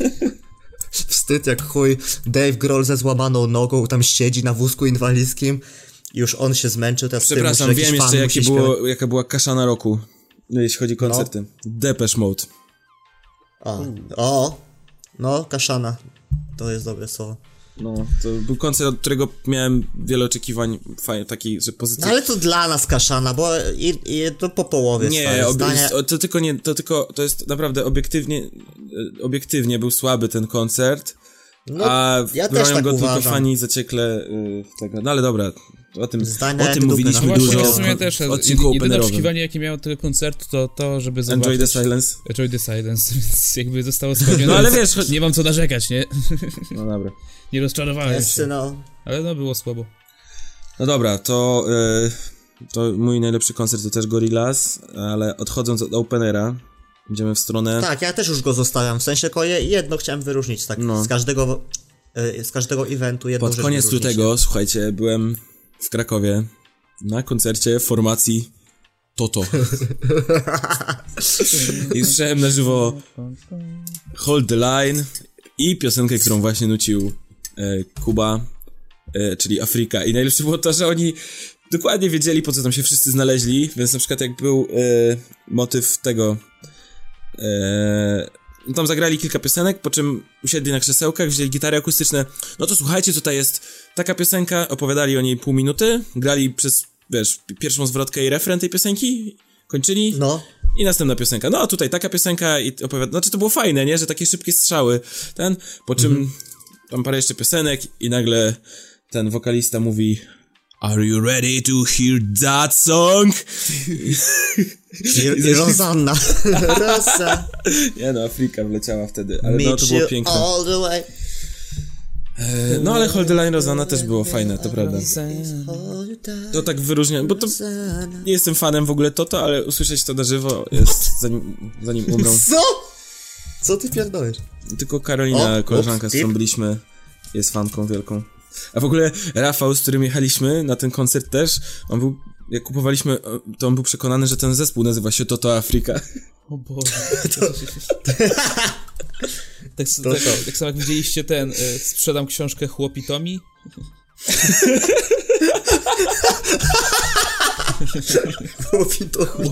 Wstyd jak chuj. Dave Grohl ze złamaną nogą tam siedzi na wózku inwalidzkim. Już on się zmęczył, teraz Przepraszam, wiem jeszcze jaka była kaszana roku, jeśli chodzi o koncerty. Depeche Mode. No, kaszana. To jest dobre słowo. No, to był koncert, od którego miałem wiele oczekiwań, takich, że No, pozytywnie. ale to dla nas kaszana, bo to po połowie Nie, zdanie. to jest naprawdę obiektywnie był słaby ten koncert, No, a ja też bronią tak go tylko uważam. fani zaciekle tego, no ale dobra, o tym Zdania jak mówiliśmy dupy, No dużo właśnie, w sumie też. w odcinku Jedyne openerowym. oczekiwanie, jakie miało tego koncertu, to żeby zobaczyć... Enjoy the Silence. Enjoy the Silence, więc jakby zostało spełnione. No ale więc wiesz, nie mam co narzekać, nie? no dobra. Nie rozczarowałem Jest, się. no. Ale no, było słabo. No dobra, to mój najlepszy koncert to też Gorillaz, ale odchodząc od openera, idziemy w stronę... Tak, ja też już go zostawiam, w sensie tylko jedno chciałem wyróżnić, tak, No. z każdego eventu jedną Pod rzecz koniec wyróżnić. lutego, słuchajcie, byłem w Krakowie na koncercie formacji Toto. I słyszałem na żywo Hold the Line i piosenkę, którą właśnie nucił Kuba, czyli Afryka. I najlepsze było to, że oni dokładnie wiedzieli, po co tam się wszyscy znaleźli, więc na przykład jak był motyw tego... No tam zagrali kilka piosenek, po czym usiedli na krzesełkach, wzięli gitary akustyczne. No to słuchajcie, tutaj jest taka piosenka, opowiadali o niej pół minuty, grali przez, wiesz, pierwszą zwrotkę i refren tej piosenki, kończyli No. i następna piosenka. No a tutaj taka piosenka i opowiadali. Znaczy to było fajne, nie? Że takie szybkie strzały. Po czym tam parę jeszcze piosenek i nagle ten wokalista mówi: Are you ready to hear that song? I Rosanna. Rosa. Nie no, Afryka wleciała wtedy, ale no to było piękne. All the way. No ale Hold the Line Rosanna też było fajne, to prawda. To tak wyróżniam, bo to nie jestem fanem w ogóle Toto, ale usłyszeć to na żywo jest zanim umrą. Co? Co ty pierdolisz? Tylko Karolina, O, koleżanka, ups, z którą tip. byliśmy, jest fanką wielką. A w ogóle Rafał, z którym jechaliśmy na ten koncert też, jak kupowaliśmy, to on był przekonany, że ten zespół nazywa się Toto Afryka. O Boże. Tak samo jak widzieliście sprzedam książkę Chłopi Tomi. Chłopi Tomi.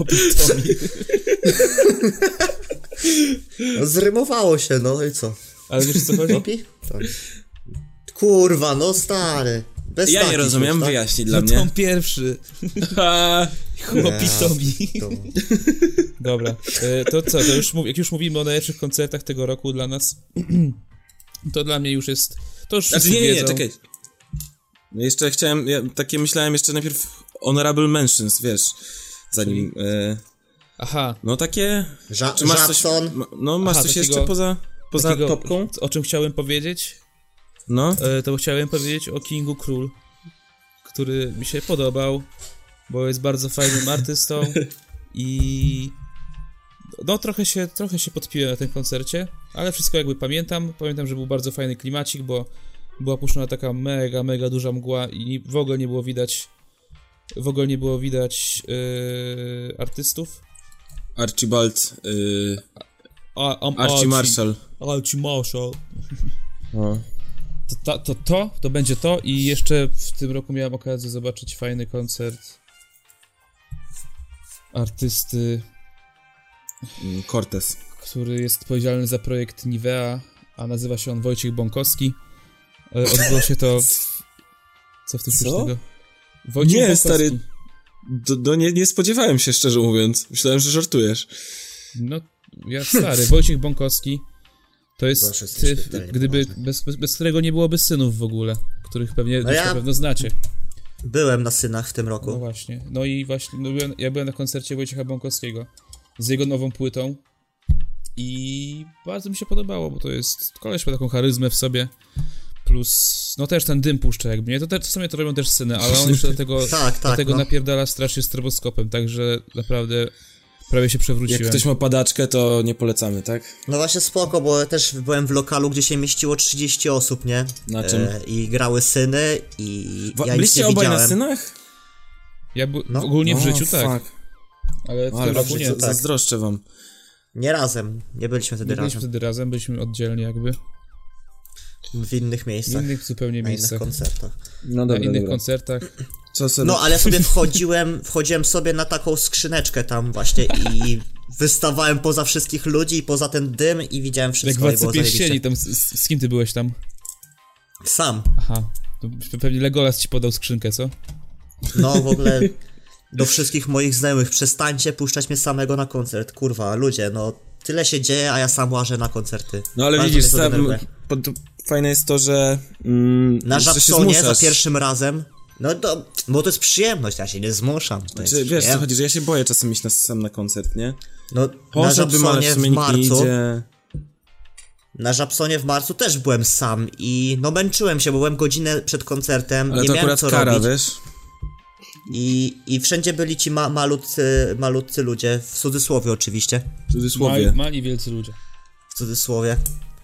No, zrymowało się, no i co? Ale wiesz co chodzi? Chłopi? Tak. Kurwa, no stary. Bez Ja nie takich rozumiem, już, tak? wyjaśnij dla No mnie. Tom pierwszy. Chłopi Tomi. To... Dobra, to co, jak już mówimy o najlepszych koncertach tego roku dla nas, to dla mnie już jest, to już wszyscy Znaczy nie, wiedzą. czekaj. No jeszcze chciałem, myślałem jeszcze najpierw honorable mentions, wiesz, zanim... Aha. No takie... Czy masz coś, Żabson. no masz coś takiego- jeszcze poza Takiego, topką? o czym chciałem powiedzieć, No. to chciałem powiedzieć o Kingu Król, który mi się podobał, bo jest bardzo fajnym artystą i no trochę się podpiłem na tym koncercie, ale wszystko jakby pamiętam, że był bardzo fajny klimacik, bo była puszczona taka mega duża mgła i w ogóle nie było widać artystów. Archibald, Archie Archie Marshall. Archie Marshall. No. To będzie to i jeszcze w tym roku miałem okazję zobaczyć fajny koncert artysty, Cortez. który jest odpowiedzialny za projekt Nivea, a nazywa się on Wojciech Bąkowski. Odbyło się to... Co w tym śmiesznego? Wojciech Nie, Bąkowski. stary, nie spodziewałem się, szczerze mówiąc. Myślałem, że żartujesz. No, ja stary, Wojciech Bąkowski to jest Proszę, typ, śmiertelnie gdyby, poważny. bez którego nie byłoby synów w ogóle, których pewnie No ja- na pewno znacie. Byłem na synach w tym No roku. właśnie. No i właśnie, ja byłem na koncercie Wojciecha Bąkowskiego z jego nową płytą i bardzo mi się podobało, bo to jest koleś ma taką charyzmę w sobie, plus, no też ten dym puszcza jakby, nie? To w sumie to robią też syny, ale on jeszcze do tego, Tak, do no. napierdala strasznie stroboskopem, także naprawdę prawie się przewróciłem. Jak ktoś ma padaczkę, to nie polecamy, tak? No właśnie spoko, bo też byłem w lokalu, gdzie się mieściło 30 osób, nie? Na czym? I grały syny i ja nic nie Byliście obaj widziałem. na synach? No, ogólnie w życiu tak, Fuck. ale w Ale tym roku nie. tak. zazdroszczę wam. Nie razem, nie byliśmy wtedy Nie byliśmy razem. wtedy razem, byliśmy oddzielnie jakby, W innych w miejscach, innych zupełnie na innych miejscach, koncertach. No na dobra, innych dobra. koncertach. Co sobie... No, ale sobie wchodziłem sobie na taką skrzyneczkę tam właśnie i wystawałem poza wszystkich ludzi i poza ten dym i widziałem Jak wszystko. Władcy i było Pierścieni, zajebiście. tam z kim ty byłeś tam? Sam. Aha, to pewnie Legolas ci podał skrzynkę, co? No w ogóle do wszystkich moich znajomych, przestańcie puszczać mnie samego na koncert. Kurwa, ludzie, no tyle się dzieje, a ja sam łażę na koncerty. No ale Bardzo widzisz, mnie to denerwuje. fajne jest to, że... Na jeszcze się Żabsonie za zmuszasz. pierwszym razem, no to, bo to jest przyjemność, ja się nie zmuszam. To jest Wiesz, co przyjemność. chodzi, że ja się boję czasem iść sam na koncert, nie? No, na Poszedłbym, ale w Żabsonie sumie w nikt nie marcu, idzie. na Żabsonie w marcu też byłem sam i no męczyłem się, bo byłem godzinę przed koncertem, Ale nie to miałem akurat co kara, robić. wiesz? I wszędzie byli ci malutcy ludzie, w cudzysłowie oczywiście, W cudzysłowie. Mali wielcy ludzie. w cudzysłowie,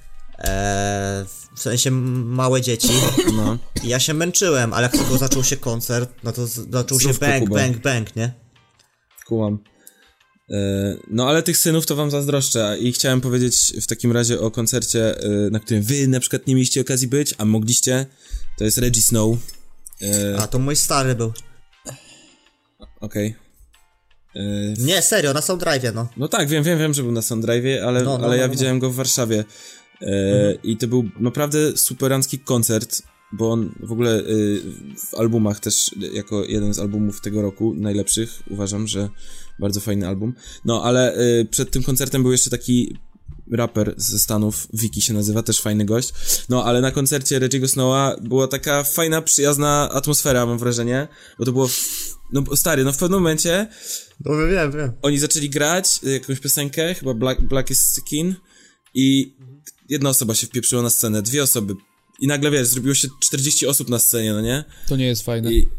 w sensie małe dzieci. No. I ja się męczyłem, ale jak tylko zaczął się koncert, no to zaczął się Zdrówko, bang, Kuba. bang, bang, nie? Kumam. No ale tych synów to wam zazdroszczę i chciałem powiedzieć w takim razie o koncercie, na którym wy na przykład nie mieliście okazji być, a mogliście. To jest Reggie Snow. A to mój stary był. Okej. Nie, serio, na Soundrive'ie, no. No tak, wiem, że był na Soundrive'ie, ale, No, ale ja no. widziałem go w Warszawie. I to był naprawdę superancki koncert, bo on w ogóle w albumach też, jako jeden z albumów tego roku, najlepszych, uważam, że bardzo fajny album. No, ale przed tym koncertem był jeszcze taki raper ze Stanów, Wiki się nazywa, też fajny gość. No, ale na koncercie Reggie'ego Snowa była taka fajna, przyjazna atmosfera, mam wrażenie, bo to było... No stary, no w pewnym momencie No wiem. oni zaczęli grać jakąś piosenkę, chyba Black is Skin, i jedna osoba się wpieprzyła na scenę, 2 osoby. I nagle, wiesz, zrobiło się 40 osób na scenie, no nie? To nie jest fajne. I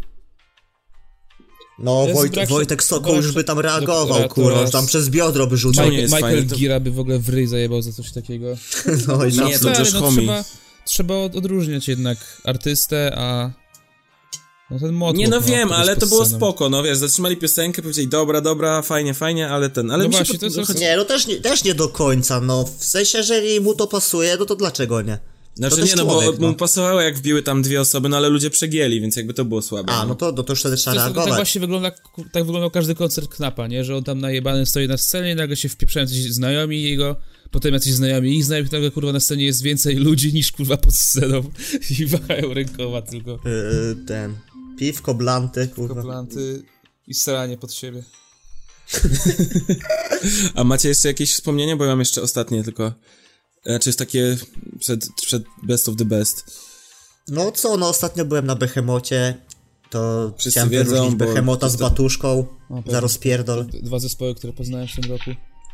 No, Jest Wojtek Sokół już by tam reagował, kurwa, już tam przez biodro by rzucał. To nie jest Michael fajne, to- Gira by w ogóle w ryj zajebał za coś takiego. No i Nie, na to Stary, Josh no Homme. trzeba odróżniać jednak artystę, a... No ten motłoch, nie, no wiem, który ale jest to pod było sceną. spoko, no wiesz, zatrzymali piosenkę, powiedzieli dobra, fajnie, ale ten, ale No mi się właśnie, to jest- Nie, no też nie do końca, no, w sensie, jeżeli mu to pasuje, no to dlaczego nie? Znaczy to też nie, no człowiek, bo mu pasowało, jak wbiły tam 2 osoby, no ale ludzie przegięli, więc jakby to było słabe. A, no to już wtedy trzeba To tak reagować. właśnie wygląda, tak wyglądał każdy koncert Knapa, nie? Że on tam najebany stoi na scenie i nagle się wpieprzają jacyś znajomi jego, potem jacyś znajomi ich znajomych, nagle kurwa na scenie jest więcej ludzi niż kurwa pod sceną i wahają rękoma tylko. Piwko, blanty, kurwa. Koplanty i strzelanie pod siebie. A macie jeszcze jakieś wspomnienia? Bo ja mam jeszcze ostatnie tylko. Znaczy jest takie przed Best of the Best. No co, no ostatnio byłem na Behemocie, to Wszyscy chciałem wiedzą, wyróżnić bo Behemota z to- Batuszką, pewnie. za rozpierdol. 2 zespoły, które poznałem w tym roku.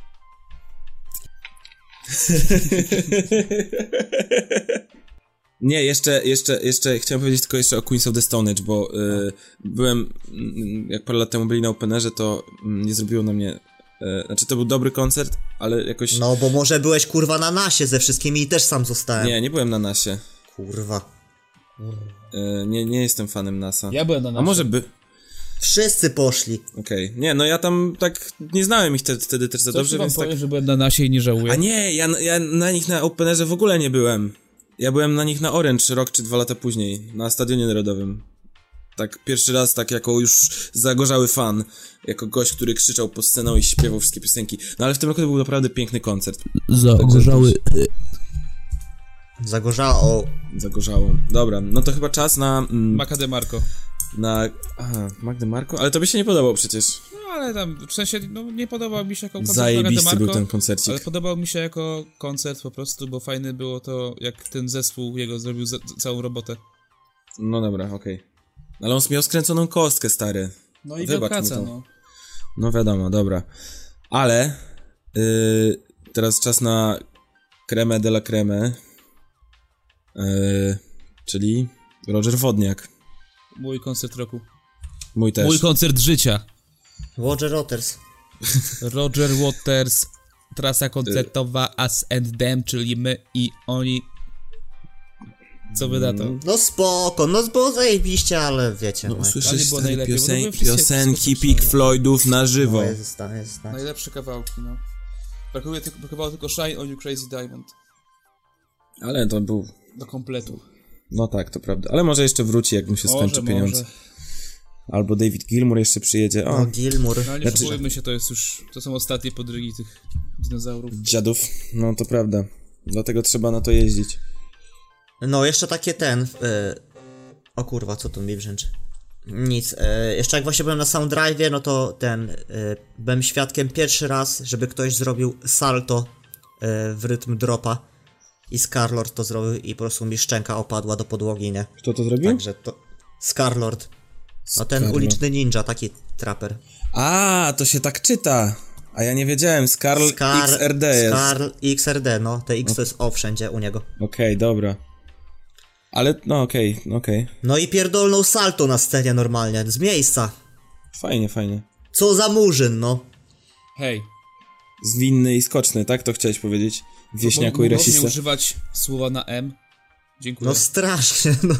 Nie, jeszcze chciałem powiedzieć tylko jeszcze o Queens of the Stone Age, bo byłem, jak parę lat temu byli na Openerze, to nie zrobiło na mnie, znaczy to był dobry koncert, ale jakoś... No bo może byłeś kurwa na nasie ze wszystkimi i też sam zostałem. Nie byłem na Nasie. Kurwa. Nie jestem fanem NASA. Ja byłem na A naszym. może by... Wszyscy poszli. Okej. Nie, no ja tam tak nie znałem ich wtedy też za Dobrze, dobrze, wam więc powiem, tak... że byłem na nasie i nie żałuję. A nie, ja na nich na Openerze w ogóle nie byłem. Ja byłem na nich na Orange rok czy 2 lata później, na Stadionie Narodowym. Tak pierwszy raz, tak jako już zagorzały fan, jako gość, który krzyczał po sceną i śpiewał wszystkie piosenki. No ale w tym roku to był naprawdę piękny koncert. Zagorzały. Zagorzało. Zagorzało. Dobra, no to chyba czas na... Maca DeMarco. Aha, Magdy Marko? Ale to by się nie podobał przecież. No ale tam, w sensie, no nie podobał mi się jako koncert Zajebisty Maca był DeMarco, ten koncercik. ale podobał mi się jako koncert po prostu, bo fajne było to, jak ten zespół jego zrobił całą robotę. No dobra, okej. Ale on miał skręconą kostkę, stary. No i Wybacz mu Wielkaca, to. no. No wiadomo, dobra. Ale teraz czas na creme de la creme, czyli Roger Wodniak. Mój koncert roku. Mój też. Mój koncert życia. Roger Waters. Roger Waters, trasa koncertowa Us and Them, czyli my i oni. Co wy na to? No spoko, no było zajebiście, ale wiecie, No no, usłyszysz Ale było stare najlepiej, bo to były wszystkie piosenki wszystko Pink słyszałem. Floydów na żywo. no jest tak. Najlepsze kawałki, no. Brakowało tylko Shine on You Crazy Diamond. Ale to był... Do kompletu. No tak, to prawda. Ale może jeszcze wróci, jak mu się skończy pieniądze. Albo David Gilmour jeszcze przyjedzie. O, No Gilmour. No ale nie Znaczy- oszukujmy się, to są ostatnie podrygi tych dinozaurów. dziadów. No to prawda. Dlatego trzeba na to jeździć. No, jeszcze takie o kurwa, co to mi brzęczy? Nic. Jeszcze jak właśnie byłem na Soundrive'ie, no to byłem świadkiem pierwszy raz, żeby ktoś zrobił salto w rytm dropa. I Scarlord to zrobił i po prostu mi szczęka opadła do podłogi, nie? Kto to zrobił? Także to... Scarlord. No ten Scarlord. uliczny ninja, taki traper. A, to się tak czyta. A ja nie wiedziałem, Scarl XRD jest. Scarl XRD, no. Te X to jest O wszędzie u niego. Okej, dobra. Ale, no okej. No i pierdolną salto na scenie normalnie, z miejsca. Fajnie. Co za murzyn, no. Hej. Zwinny i skoczny, tak? To chciałeś powiedzieć? Wieśniaku i Mógłbyś rasista. nie używać słowa na M? Dziękuję. No strasznie, no.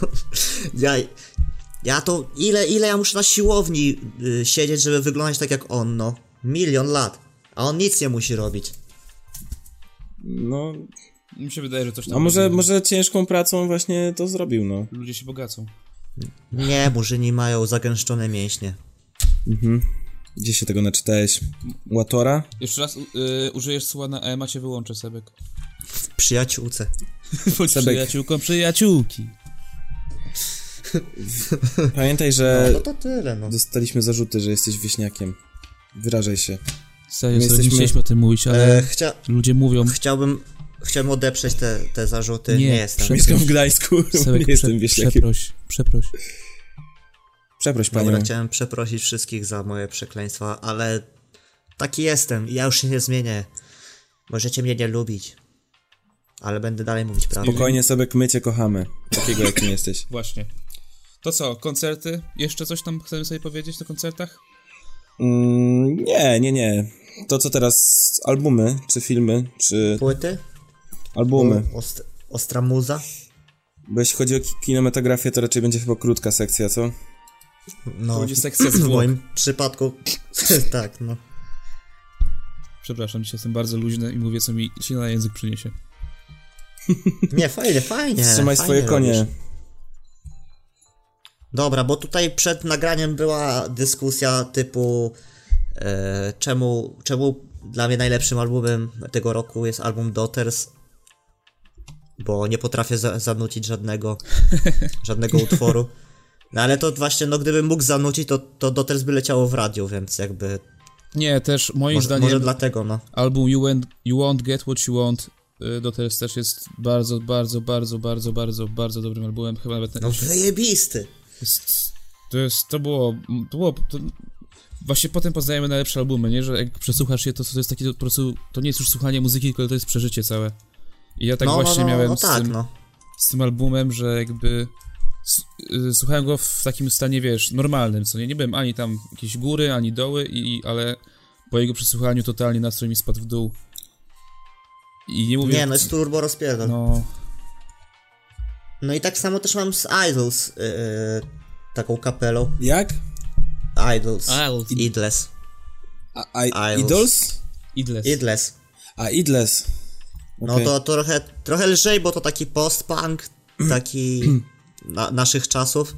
Ja to... Ile ja muszę na siłowni siedzieć, żeby wyglądać tak jak on, no. 1 000 000 lat. A on nic nie musi robić. No, Mi się wydaje, że coś tam... a może ciężką pracą właśnie to zrobił, no. Ludzie się bogacą. Nie, murzyni mają zagęszczone mięśnie. Gdzie się tego naczytałeś? Łatora? Jeszcze raz użyjesz słowa na M, a cię wyłączę, Sebek. W przyjaciółce. Bądź przyjaciółką przyjaciółki. Pamiętaj, że No to tyle, no. dostaliśmy zarzuty, że jesteś wieśniakiem. Wyrażaj się. Serio, My nie jesteśmy- chcieliśmy o tym mówić, ale ludzie mówią... Chciałbym odeprzeć te zarzuty. Nie, Nie jestem. Mieszkam w Gdańsku, Sebek, nie jestem wieśniakiem. przeproś. Przeproś Dobra, panią. chciałem przeprosić wszystkich za moje przekleństwa, ale taki jestem i ja już się nie zmienię. Możecie mnie nie lubić, ale będę dalej mówić prawdę. Spokojnie, Sebek, my cię kochamy. Takiego, jakim jesteś. Właśnie. To co, koncerty? Jeszcze coś tam chcemy sobie powiedzieć o koncertach? Nie. To co teraz? Albumy, czy filmy, czy... Płyty? Albumy. Ostra muza? Bo jeśli chodzi o kinematografię, to raczej będzie chyba krótka sekcja, co? No, To będzie sekcja w zwłok. moim przypadku tak, no. Przepraszam, dzisiaj jestem bardzo luźny i mówię, co mi się na język przyniesie. Nie, fajnie. Wstrzymaj fajnie swoje konie. robisz. Dobra, bo tutaj przed nagraniem była dyskusja typu czemu dla mnie najlepszym albumem tego roku jest album Daughters, bo nie potrafię zanucić żadnego utworu. No ale to właśnie, no gdybym mógł zanucić, to Daughters by leciało w radiu, więc jakby... Nie, też moim zdaniem Może dlatego, no. album You Won't Get What You Want Daughters też jest bardzo dobrym albumem, chyba nawet... No wyjebisty! To było... Właśnie potem poznajemy najlepsze albumy, nie? Że jak przesłuchasz je, to jest takie po prostu... To nie jest już słuchanie muzyki, tylko to jest przeżycie całe. I ja tak właśnie miałem z tym albumem, że jakby... Słuchałem go w takim stanie, wiesz, normalnym, co nie byłem ani tam jakieś góry, ani doły, ale po jego przesłuchaniu totalnie nastrój mi spadł w dół. I nie mówię... Nie, no jest turbo rozpierdol. No i tak samo też mam z Idols, taką kapelą. Jak? Idols. Idles. Idols? Idles. A, Idles. No Okay. to trochę lżej, bo to taki post-punk, taki naszych czasów.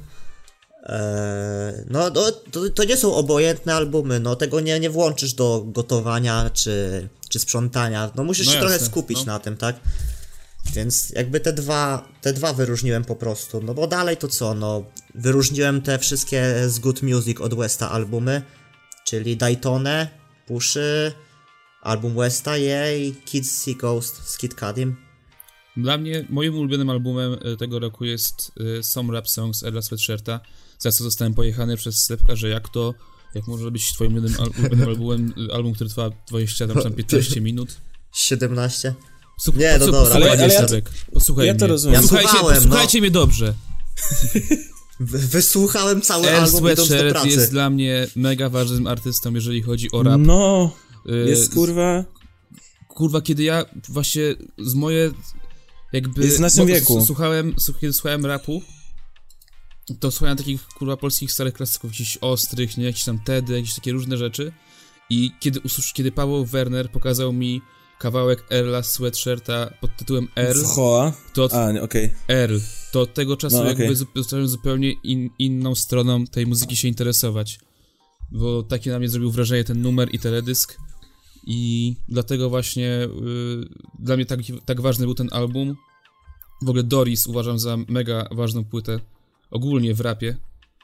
No to nie są obojętne albumy, no tego nie włączysz do gotowania czy sprzątania, no musisz się trochę skupić na tym, tak? Więc jakby te dwa wyróżniłem po prostu, no bo dalej to co, no wyróżniłem te wszystkie z Good Music od Westa albumy, czyli Daytone, Pushy, album Westa i Kids See Ghost z Kid Cudim. Dla mnie, moim ulubionym albumem tego roku jest Some Rap Songs Earla Sweatshirta, za co zostałem pojechany przez Sepka, że jak może być twoim ulubionym albumem, album, który trwa 20 tam 15 minut. 17? Nie, no dobra. Posłuchaj ja mnie. to rozumiem. Posłuchajcie mnie dobrze. Wysłuchałem cały album idąc do pracy. Jest dla mnie mega ważnym artystą, jeżeli chodzi o rap. No, jest Kurwa, kiedy ja właśnie z moje jakby... Jest w naszym wieku. Kiedy słuchałem rapu, to słuchałem takich kurwa polskich starych klasyków, jakichś ostrych, nie, jakieś tam Tedy, jakieś takie różne rzeczy. I kiedy Paweł Werner pokazał mi kawałek Earla Sweatshirta pod tytułem Earl, Earl, to od tego czasu jakby zostałem zupełnie inną stroną tej muzyki się interesować. Bo takie na mnie zrobił wrażenie ten numer i teledysk. I dlatego właśnie dla mnie tak ważny był ten album. W ogóle Doris uważam za mega ważną płytę. Ogólnie w rapie.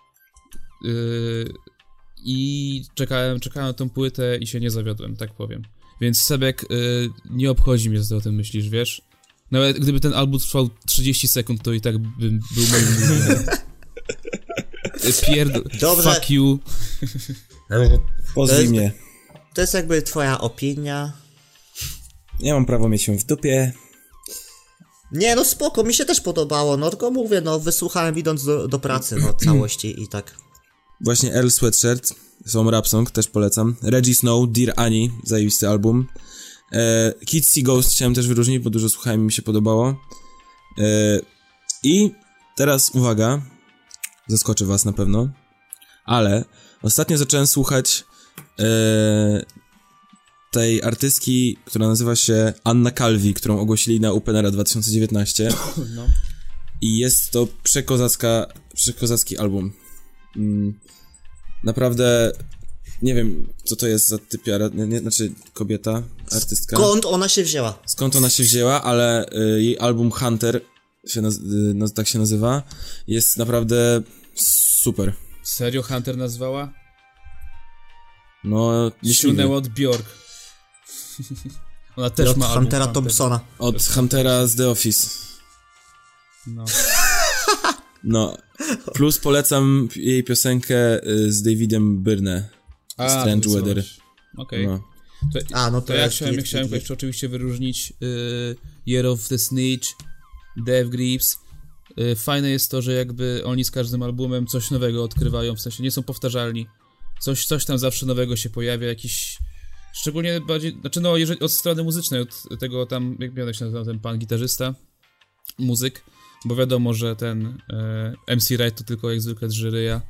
I czekałem na tą płytę i się nie zawiodłem, tak powiem. Więc Sebek, nie obchodzi mnie, co o tym myślisz, wiesz? Nawet gdyby ten album trwał 30 sekund, to i tak bym był moim ulubionym. Dobrze. Fuck you. Pozwij mnie. To jest jakby twoja opinia. Ja mam prawo mieć ją w dupie. Nie, no spoko, mi się też podobało, no tylko mówię, no wysłuchałem idąc do pracy, no całości i tak. Właśnie Earl Sweatshirt, są rap song, też polecam. Reggie Snow, Dear Annie, zajebisty album. Kids See Ghost chciałem też wyróżnić, bo dużo słuchałem i mi się podobało. I teraz uwaga, zaskoczę was na pewno, ale ostatnio zacząłem słuchać tej artystki, która nazywa się Anna Calvi, którą ogłosili na Openera 2019. No. I jest to przekozacki album. Naprawdę nie wiem, co to jest za typiara, znaczy kobieta, artystka. Skąd ona się wzięła? Ale jej album Hunter, tak się nazywa, jest naprawdę super. Serio Hunter nazwała? No, Ściągnęła od Bjork. Ona też od ma album Huntera Thompsona. Od Huntera z The Office. No. No. Plus polecam jej piosenkę z Davidem Byrne. Strange Weather. Okej. No. To ja chciałem jeszcze oczywiście wyróżnić Year of the Snitch, Death Grips. Fajne jest to, że jakby oni z każdym albumem coś nowego odkrywają, w sensie nie są powtarzalni. Coś tam zawsze nowego się pojawia, jakiś... Szczególnie bardziej... Znaczy no, jeżeli od strony muzycznej, od tego tam, jak miał się nazywał ten pan gitarzysta, muzyk, bo wiadomo, że ten MC Wright to tylko jak zwykle drżyryja.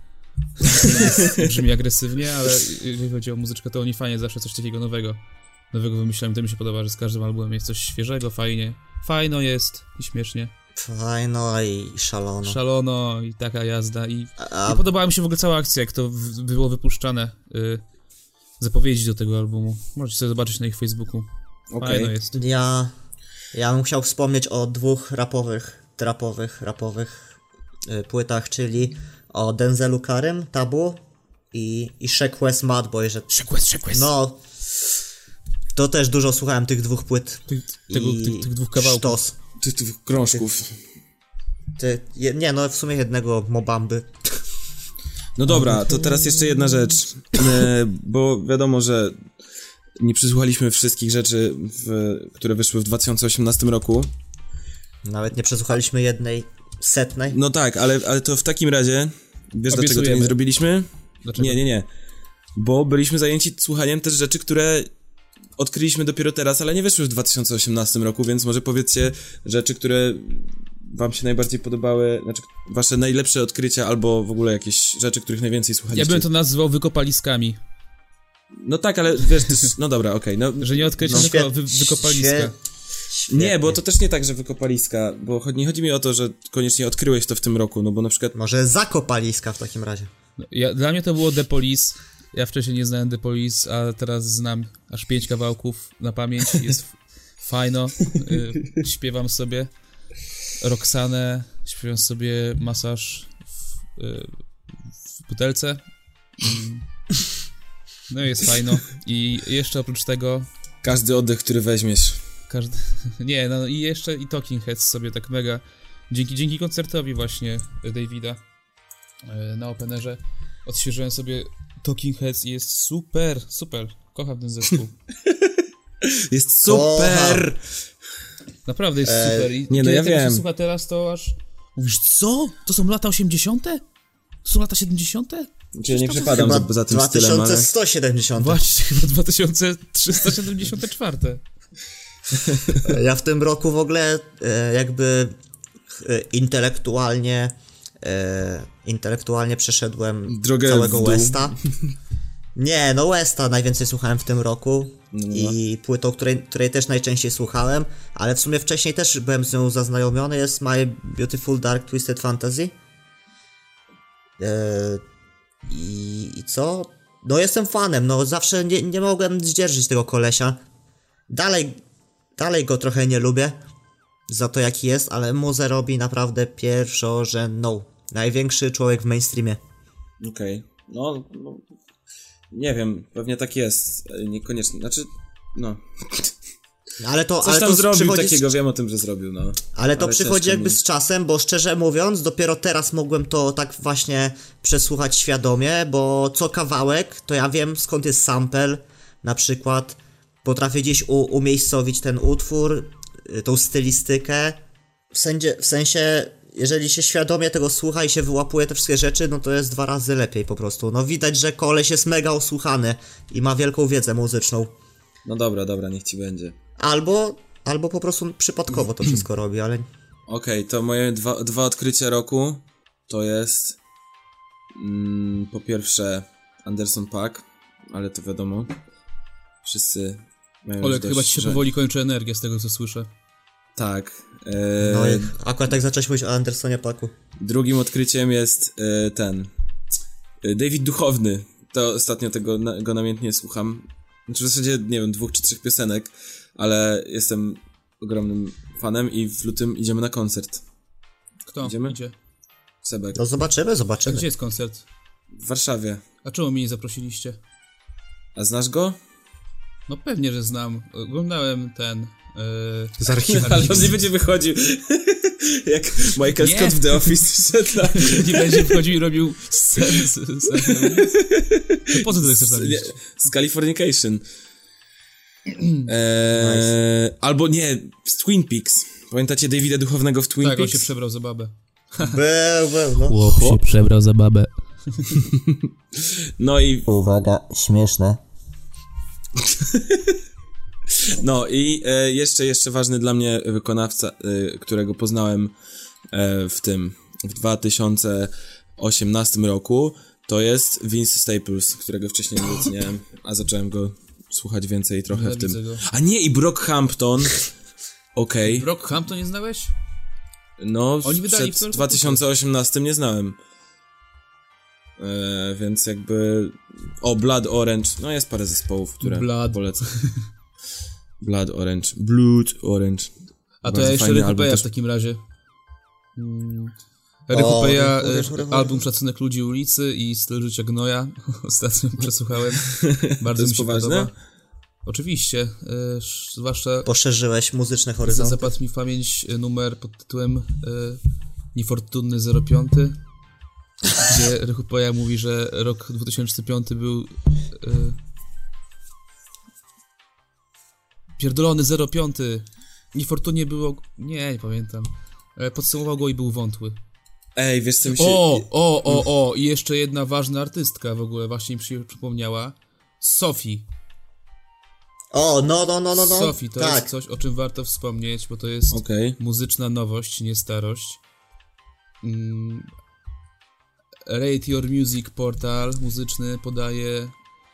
Brzmi agresywnie, ale jeżeli chodzi o muzyczkę, to oni fajnie zawsze coś takiego nowego wymyślają. To mi się podoba, że z każdym albumem jest coś świeżego, fajno jest i śmiesznie. Fajno i szalono. Szalono i taka jazda i podobała mi się w ogóle cała akcja, jak to było wypuszczane, zapowiedzi do tego albumu. Możecie sobie zobaczyć na ich Facebooku. Fajno jest. Ja bym chciał wspomnieć o dwóch rapowych płytach, czyli o Denzelu Carym, Tabu i Sheck West Madboy, że... Sheck West. No, to też dużo słuchałem tych dwóch płyt. Tych dwóch kawałków. Sztos. Tych krążków. Nie, no w sumie jednego Mobamby. No dobra, to teraz jeszcze jedna rzecz, bo wiadomo, że nie przesłuchaliśmy wszystkich rzeczy, które wyszły w 2018 roku. Nawet nie przesłuchaliśmy jednej setnej. No tak, ale to w takim razie, wiesz dlaczego to nie zrobiliśmy? Dlaczego? Nie. Bo byliśmy zajęci słuchaniem też rzeczy, które odkryliśmy dopiero teraz, ale nie wyszły w 2018 roku, więc może powiedzcie rzeczy, które wam się najbardziej podobały, znaczy wasze najlepsze odkrycia, albo w ogóle jakieś rzeczy, których najwięcej słuchaliście. Ja bym to nazwał wykopaliskami. No tak, ale wiesz, no dobra, okej. No, że nie odkrycia, tylko wykopaliska. Nie, bo to też nie tak, że wykopaliska, bo nie chodzi mi o to, że koniecznie odkryłeś to w tym roku, no bo na przykład... Może zakopaliska w takim razie. No, dla mnie to było The Police. Ja wcześniej nie znałem The Police, a teraz znam aż 5 kawałków na pamięć. Jest fajno. Śpiewam sobie Roxanę, śpiewam sobie Masaż w butelce. No jest fajno. I jeszcze oprócz tego... Każdy oddech, który weźmiesz. Nie, no i jeszcze i Talking Heads sobie tak mega... Dzięki koncertowi właśnie Davida na Openerze odświeżyłem sobie Talking Heads i jest super. Kocham ten zespół. Jest super! Naprawdę jest super. I nie, no ja wiem. Się słucha teraz, to aż... Mówisz, co? To są lata 80? To są lata 70? Czy ja nie przepadam za tym stylem, ale... 2170. Właśnie, chyba 2374. Ja w tym roku w ogóle jakby intelektualnie przeszedłem drogę całego Westa. Nie, no Westa najwięcej słuchałem w tym roku i płytą, której też najczęściej słuchałem, ale w sumie wcześniej też byłem z nią zaznajomiony, jest My Beautiful Dark Twisted Fantasy. I co? No jestem fanem, no zawsze nie mogłem zdzierżyć tego kolesia. Dalej go trochę nie lubię, za to jaki jest, ale muzę robi naprawdę pierwszorzędną. Największy człowiek w mainstreamie. Okej. No, nie wiem, pewnie tak jest. Niekoniecznie, znaczy, no. Ale to, Coś ale tam to zrobił przychodzi takiego, wiem o tym, że zrobił, no. Ale to przychodzi ciężko jakby mi. z czasem, bo szczerze mówiąc, dopiero teraz mogłem to tak właśnie przesłuchać świadomie, bo co kawałek, to ja wiem skąd jest sample, na przykład potrafię gdzieś umiejscowić ten utwór, tą stylistykę, w sensie, jeżeli się świadomie tego słucha i się wyłapuje te wszystkie rzeczy, no to jest 2 razy lepiej po prostu. No widać, że koleś jest mega osłuchany i ma wielką wiedzę muzyczną. No dobra, niech ci będzie. Albo po prostu przypadkowo to wszystko robi, ale... Okej, to moje dwa odkrycia roku to jest po pierwsze Anderson .Paak, ale to wiadomo, wszyscy mają Olek, już chyba dość, ci się że... powoli kończy energia z tego, co słyszę. Tak. No i akurat tak zacząłeś mówić o Andersonie Paaku. Drugim odkryciem jest David Duchowny. To ostatnio go namiętnie słucham. Znaczy w zasadzie, nie wiem, 2 czy 3 piosenek, ale jestem ogromnym fanem i w lutym idziemy na koncert. Kto Idziemy? idzie? Sebek. No zobaczymy. A gdzie jest koncert? W Warszawie. A czemu mnie nie zaprosiliście? A znasz go? No pewnie, że znam. Oglądałem ten... Z archiwum. Ale on nie będzie wychodził jak Michael Nie. Scott w The Office szedł. nie będzie wchodził i robił sceny to po co ty chcesz tam iść? Z Californication. Albo nie, z Twin Peaks. Pamiętacie Davida Duchownego w Twin Tak, on Peaks? się przebrał za babę. Był, no. Chłop się przebrał za babę. No i Uwaga, śmieszne. No i jeszcze ważny dla mnie wykonawca, którego poznałem w 2018 roku, to jest Vince Staples, którego wcześniej nie doceniałem, a zacząłem go słuchać więcej trochę w tym. Nienawidzę go. A nie, i Brockhampton. Okej. Brockhampton nie znałeś? No, Oni wydali przed w 2018 nie znałem. Więc jakby... O, Blood Orange. No jest parę zespołów, które Blood. polecam. Blood Orange. A to Bardzo ja jeszcze fajny Rychu album Peja też. w takim razie. Rychu Peja, Rychu. album Szacunek Ludzi Ulicy i Styl Życia Gnoja. Ostatnio przesłuchałem. Bardzo jest mi się poważne? podoba. Oczywiście, zwłaszcza Poszerzyłeś muzyczne horyzonty. zapadł mi w pamięć numer pod tytułem Niefortunny 05, gdzie Rychu Peja mówi, że rok 2005 był pierdolony 05. Niefortunnie było... Nie pamiętam. Podsumował go i był wątły. Ej, wiesz co mi się... O, i jeszcze jedna ważna artystka w ogóle właśnie mi się przypomniała. Sophie. O, no. Sophie to tak. jest coś, o czym warto wspomnieć, bo to jest Okej. muzyczna nowość, nie starość. Rate Your Music portal muzyczny podaje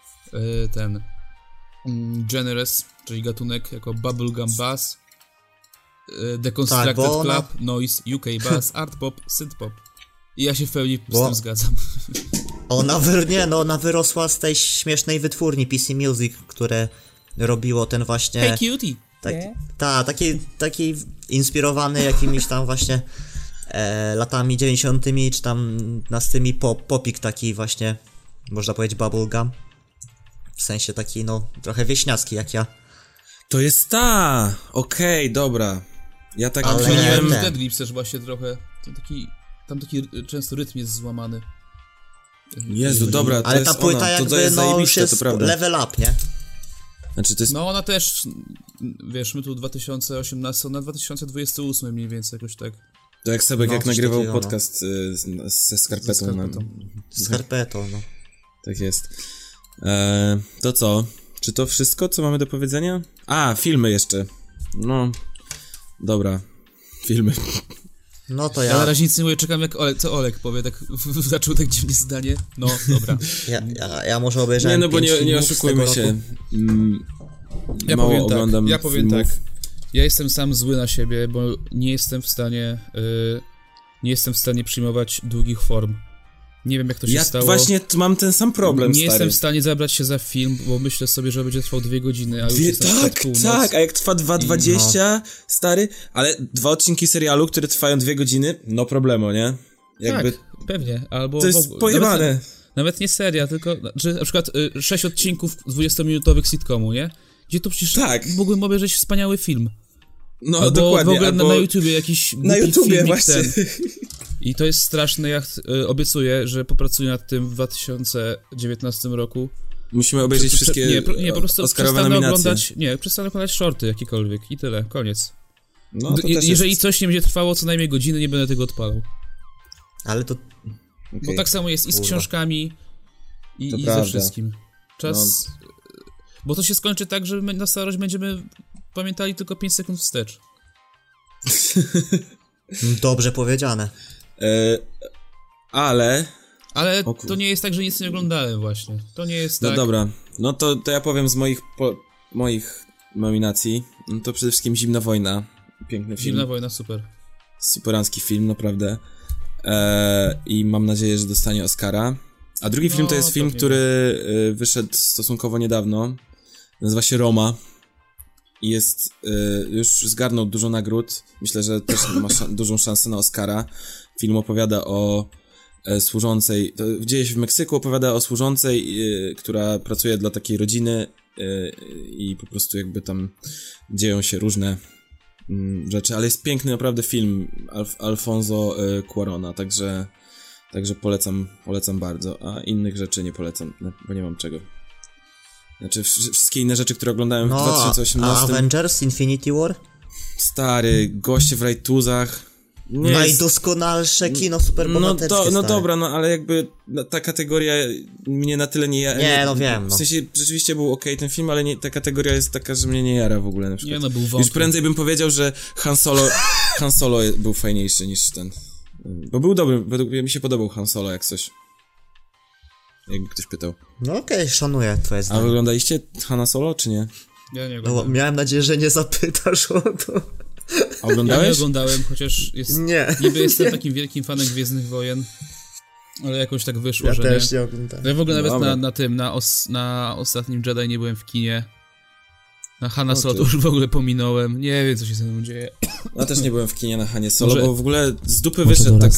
Generous, czyli gatunek jako Bubblegum Bass, Deconstructed Tak, bo ona- Club, Noise, UK Bass, Art Pop, Synth Pop. I ja się w pełni z Bo- tym zgadzam. Ona wyrosła z tej śmiesznej wytwórni PC Music, które robiło ten właśnie... Hey cutie! Taki inspirowany jakimiś tam właśnie latami 90. czy tam nastymi popik taki właśnie, można powiedzieć bubblegum. W sensie taki, no, trochę wieśniacki jak ja. To jest ta! Okej, dobra. Ja tak Ale- kminiłem... ten. Dead Grips też właśnie trochę, tam taki często rytm jest złamany. Jezu, dobra, to Ale jest ta płyta ona. jakby, to jest no, już zajebiste, jest to prawda. level up, nie? Znaczy to jest... No ona też, wiesz, my tu 2018, na 2028 mniej więcej jakoś tak. To jak Sebek, No, jak coś nagrywał takiego, no. podcast ze skarpetą. Ze skarpetą. Skarpetą, no. Tak jest. To co? Czy to wszystko, co mamy do powiedzenia? A, filmy jeszcze. No, dobra. Filmy. No to Ja na ja, razie nic nie mówię, czekam jak co Olek powie, tak zaczął tak dziwnie zdanie. No, dobra. ja może obejrzałem Nie, no bo 5 nie filmów z oszukujmy tego się. roku. Ja Mało powiem oglądam ja powiem filmów. tak. Ja jestem sam zły na siebie, bo nie jestem w stanie przyjmować długich form. Nie wiem, jak to się Ja stało. właśnie mam ten sam problem, Nie stary. jestem w stanie zabrać się za film, bo myślę sobie, że będzie trwał 2 godziny, a już jest na przykład północ. Tak, a jak trwa 2:20, stary, ale 2 odcinki serialu, które trwają 2 godziny, no problemo, nie? Jakby... Tak, pewnie, albo... To jest pojebane. Nawet nie seria, tylko, że na przykład 6 odcinków 20-minutowych sitcomu, nie? Gdzie to przecież mógłbym obejrzeć wspaniały film. No albo dokładnie. w ogóle na YouTubie jakiś na YouTubie właśnie. Ten. I to jest straszne, ja obiecuję, że popracuję nad tym w 2019 roku. Musimy obejrzeć wszystkie po prostu Oscarowe nominacje. Przestanę oglądać shorty jakiekolwiek i tyle, koniec. No, to jeżeli jest... coś nie będzie trwało co najmniej godzinę, nie będę tego odpalał. Ale to... Bo tak samo jest i z książkami i ze wszystkim. Czas... Bo to się skończy tak, że na starość będziemy pamiętali tylko 5 sekund wstecz. Dobrze powiedziane. Ale to nie jest tak, że nic nie oglądałem właśnie. To nie jest tak. No dobra, no to ja powiem z moich nominacji. No to przede wszystkim Zimna Wojna. Piękny film. Zimna Wojna, super. Superancki film, naprawdę. I mam nadzieję, że dostanie Oscara. A drugi film to jest film, który wyszedł stosunkowo niedawno. Nazywa się Roma. I jest, już zgarnął dużo nagród. Myślę, że też ma dużą szansę na Oscara. Film opowiada o służącej, dzieje się w Meksyku, opowiada o służącej, która pracuje dla takiej rodziny i po prostu jakby tam dzieją się różne rzeczy, ale jest piękny naprawdę film Alfonso Cuarona, także polecam bardzo, a innych rzeczy nie polecam, bo nie mam czego. Znaczy wszystkie inne rzeczy, które oglądałem w 2018. A Avengers Infinity War? Stary, goście w rajtuzach. Najdoskonalsze kino superbohaterskie. No dobra, no ale jakby ta kategoria mnie na tyle nie jara. Nie, no wiem. W sensie rzeczywiście był okej ten film, ale ta kategoria jest taka, że mnie nie jara w ogóle na przykład. Nie, no był wątły. Już prędzej bym powiedział, że Han Solo był fajniejszy niż ten. Bo był dobry, według mnie mi się podobał Han Solo jak coś. Jakby ktoś pytał. No okej, szanuję twoje zdanie. A oglądaliście Hanna Solo, czy nie? Ja nie oglądałem. No, miałem nadzieję, że nie zapytasz o to. A oglądałeś? Ja nie oglądałem, chociaż niby jestem takim wielkim fanem Gwiezdnych Wojen, ale jakoś tak wyszło, że też nie oglądałem. Ja w ogóle nawet na ostatnim Jedi nie byłem w kinie. Na Hanna Solo to już w ogóle pominąłem. Nie wiem, co się ze mną dzieje. Ja też nie byłem w kinie na Hanie Solo, bo w ogóle z dupy wyszedł tak...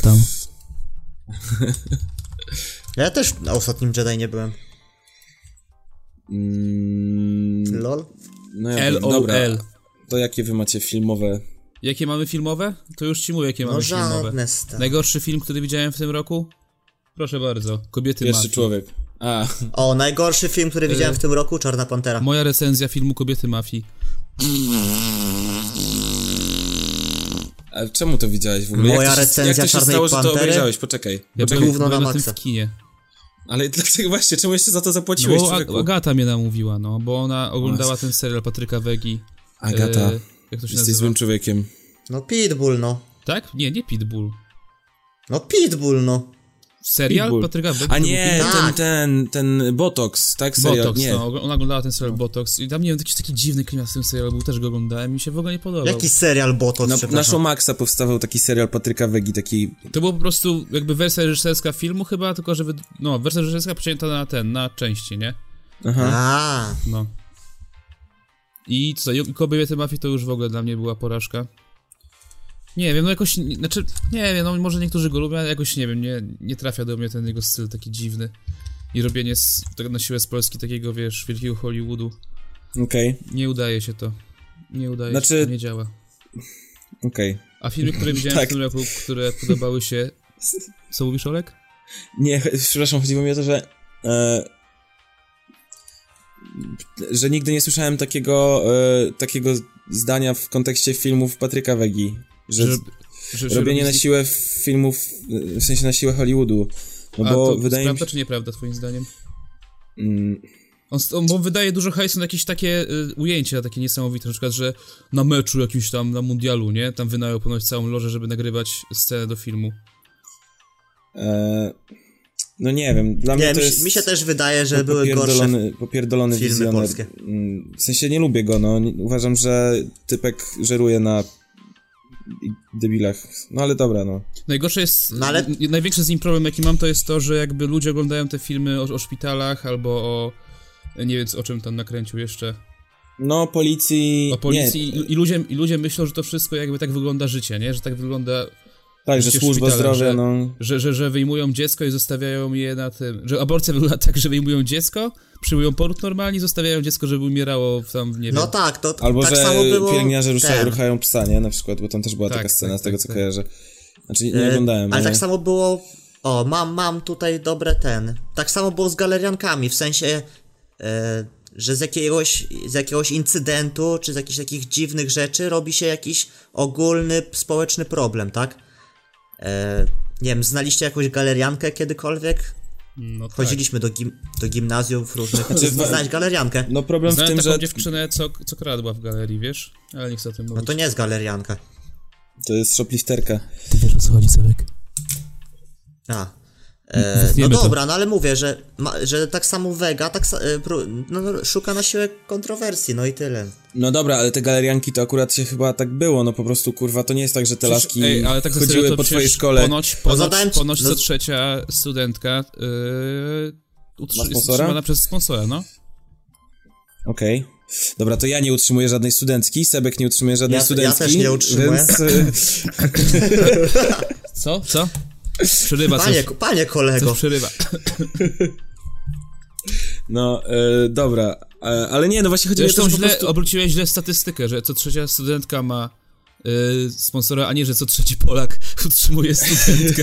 Ja też na ostatnim Jedi nie byłem. LOL? No ja wiem, dobra. To jakie wy macie filmowe? Jakie mamy filmowe? To już ci mówię, jakie mamy filmowe. Najgorszy film, który widziałem w tym roku? Proszę bardzo, Kobiety Pierwszy Mafii. człowiek. O, najgorszy film, który widziałem w tym roku, Czarna Pantera. Moja recenzja filmu Kobiety Mafii. A czemu to widziałeś w ogóle? Moja recenzja jak to się Czarnej stało, Pantery? że to obejrzałeś? Poczekaj. Ja byłem na w kinie. Ale dlaczego właśnie, czemu jeszcze za to zapłaciłeś, bo Agata mnie namówiła, no, bo ona oglądała ten serial Patryka Wegi. Agata, jak to się jesteś nazywa? złym człowiekiem. No Pitbull, no. Tak? Nie Pitbull. No Pitbull, no. Serial Pitbull. Patryka Wegi? A nie, ten Botox, tak? Serial, Botox, nie. no, ona oglądała ten serial Botox i tam nie wiem, jakiś taki dziwny klimat w tym serialu był, też go oglądałem, mi się w ogóle nie podobał. Jaki serial Botox, Na Showmaxa powstawał taki serial Patryka Wegi, taki... To było po prostu jakby wersja reżyserska filmu chyba, tylko że wersja reżyserska przecięta na części, nie? Aha. No. I co, i Kobiety Mafii to już w ogóle dla mnie była porażka. Nie wiem, no jakoś, znaczy, nie wiem, no może niektórzy go lubią, ale jakoś, nie wiem, nie trafia do mnie ten jego styl taki dziwny. I robienie na siłę z Polski takiego, wiesz, wielkiego Hollywoodu. Okej. Nie udaje się to. Nie udaje się, to nie działa. Okej. A filmy, które widziałem w tym roku, które podobały się... Co mówisz, Olek? Nie, przepraszam, chodziło mi o to, że nigdy nie słyszałem takiego zdania w kontekście filmów Patryka Wegi, że robienie na siłę filmów, w sensie na siłę Hollywoodu. No a bo to wydaje prawda mi się... czy nieprawda, twoim zdaniem? On wydaje dużo hajsu na jakieś takie ujęcia, takie niesamowite, na przykład, że na meczu jakimś tam, na mundialu, nie? Tam wynajął ponoć całą lożę, żeby nagrywać scenę do filmu. No nie wiem, dla mnie to jest... Mi się też wydaje, że były gorsze popierdolony filmy wizjoner. polskie. W sensie nie lubię go, no. Uważam, że typek żeruje debilach. No ale dobra, no. Najgorsze jest, No, ale- największy z nim problem, jaki mam, to jest to, że jakby ludzie oglądają te filmy o szpitalach albo o, nie wiem, o czym tam nakręcił jeszcze, No, policji... o policji Nie. i ludzie myślą, że to wszystko jakby tak wygląda życie, nie? Że tak wygląda Tak, że życie w służba szpitalach, zdrowia, że- no... że wyjmują dziecko i zostawiają je na tym, że aborcja wygląda tak, że wyjmują dziecko, przyjmują poród normalnie, zostawiają dziecko, żeby umierało tam, nie wiem. No tak, to Albo, tak że samo było... pielęgniarze ten. ruchają psa, nie? Na przykład, bo tam też była Tak, taka scena, tak, z tego tak, co tak. kojarzę. Znaczy, nie oglądałem, Ale nie? tak samo było... O, mam tutaj dobre tak samo było z galeriankami, w sensie... że z jakiegoś incydentu, czy z jakichś takich dziwnych rzeczy robi się jakiś ogólny społeczny problem, tak? Nie wiem, znaliście jakąś galeriankę kiedykolwiek? No tak. Chodziliśmy do gimnazjów różnych. Znaczy, Znałeś galeriankę? No problem w Znałem tym, taką że dziewczynę, co kradła w galerii, wiesz? Ale nie chcę o tym No mówić. to nie jest galerianka. to jest shoplifterka. Ty wiesz, o co chodzi, Sebek? No Wytniemy to. dobra, no ale mówię, że tak samo Vega szuka na siłę kontrowersji, no i tyle. No dobra, ale te galerianki to akurat się chyba tak było, no po prostu, kurwa, to nie jest tak, że te laski Ej, ale tak chodziły serio, to po twojej przecież szkole. zadałem ci- ponoć co trzecia studentka Ma jest sponsora? utrzymana przez sponsora, no. Okej. Dobra, to ja nie utrzymuję żadnej studenckiej, Sebek nie utrzymuje żadnej Ja studenckiej. też nie utrzymuję. Więc, Co? Przerywa Panie kolego, coś przerywa. no, dobra, ale nie, no właśnie chodzi mi o to, Zresztą że po prostu... obróciłeś źle statystykę, że co trzecia studentka ma sponsora, a nie, że co trzeci Polak utrzymuje studentkę.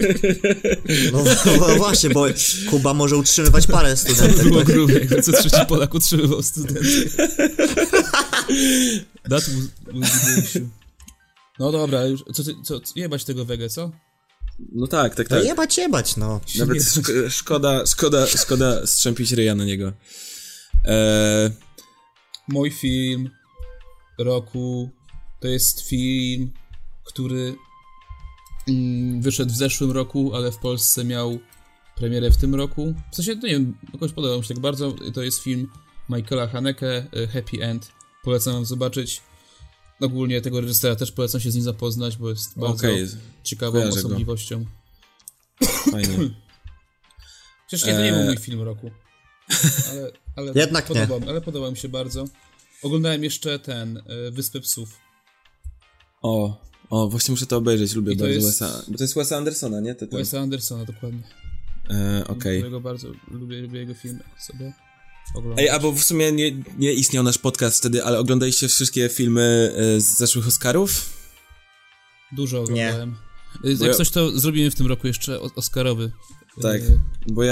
no właśnie, bo Kuba może utrzymywać parę studentek. Było grube, jakby co trzeci Polak utrzymywał studentkę. That was the issue. No dobra, już, jebać tego wege, co? No tak. No jebać, no. Nawet szkoda strzępić ryja na niego. Mój film roku to jest film, który wyszedł w zeszłym roku, ale w Polsce miał premierę w tym roku. W sensie, no nie wiem, jakoś podobał mi się tak bardzo. To jest film Michaela Haneke, Happy End. Polecam wam zobaczyć. Ogólnie tego reżysera też polecam się z nim zapoznać, bo jest bardzo ciekawą kojarzę go. osobliwością. Fajnie. Przecież nie, to nie był mój film roku. Ale Jednak nie. podobał mi się bardzo. Oglądałem jeszcze Wyspę Psów. O, właśnie muszę to obejrzeć, lubię I to bardzo jest- Wesa. Bo to jest Wesa Andersona, nie? Wesa Andersona, dokładnie. Okej. Którego bardzo lubię jego filmy sobie oglądać. Ej, albo w sumie nie istniał nasz podcast wtedy, ale oglądaliście wszystkie filmy z zeszłych Oscarów? Dużo oglądałem. Bo Jak ja- coś, to zrobimy w tym roku jeszcze Oscarowy. Tak, bo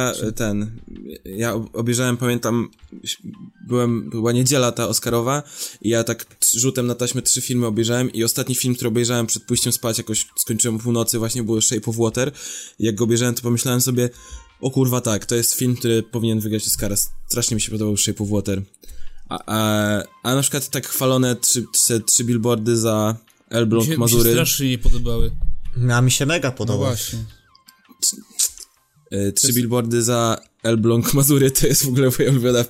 ja obejrzałem, pamiętam, była niedziela ta Oscarowa i ja tak rzutem na taśmę 3 filmy obejrzałem i ostatni film, który obejrzałem przed pójściem spać, jakoś skończyłem o północy, właśnie było Shape of Water i jak go obejrzałem, to pomyślałem sobie, o kurwa tak, to jest film, który powinien wygrać Oscara, strasznie mi się podobał Shape of Water. A na przykład tak chwalone 3 billboardy za Elbląg, Mi się Mazury. strasznie nie podobały. A mi się mega No podoba. właśnie. 3 billboardy za Elbląg, Mazury to jest w ogóle moja ulubiona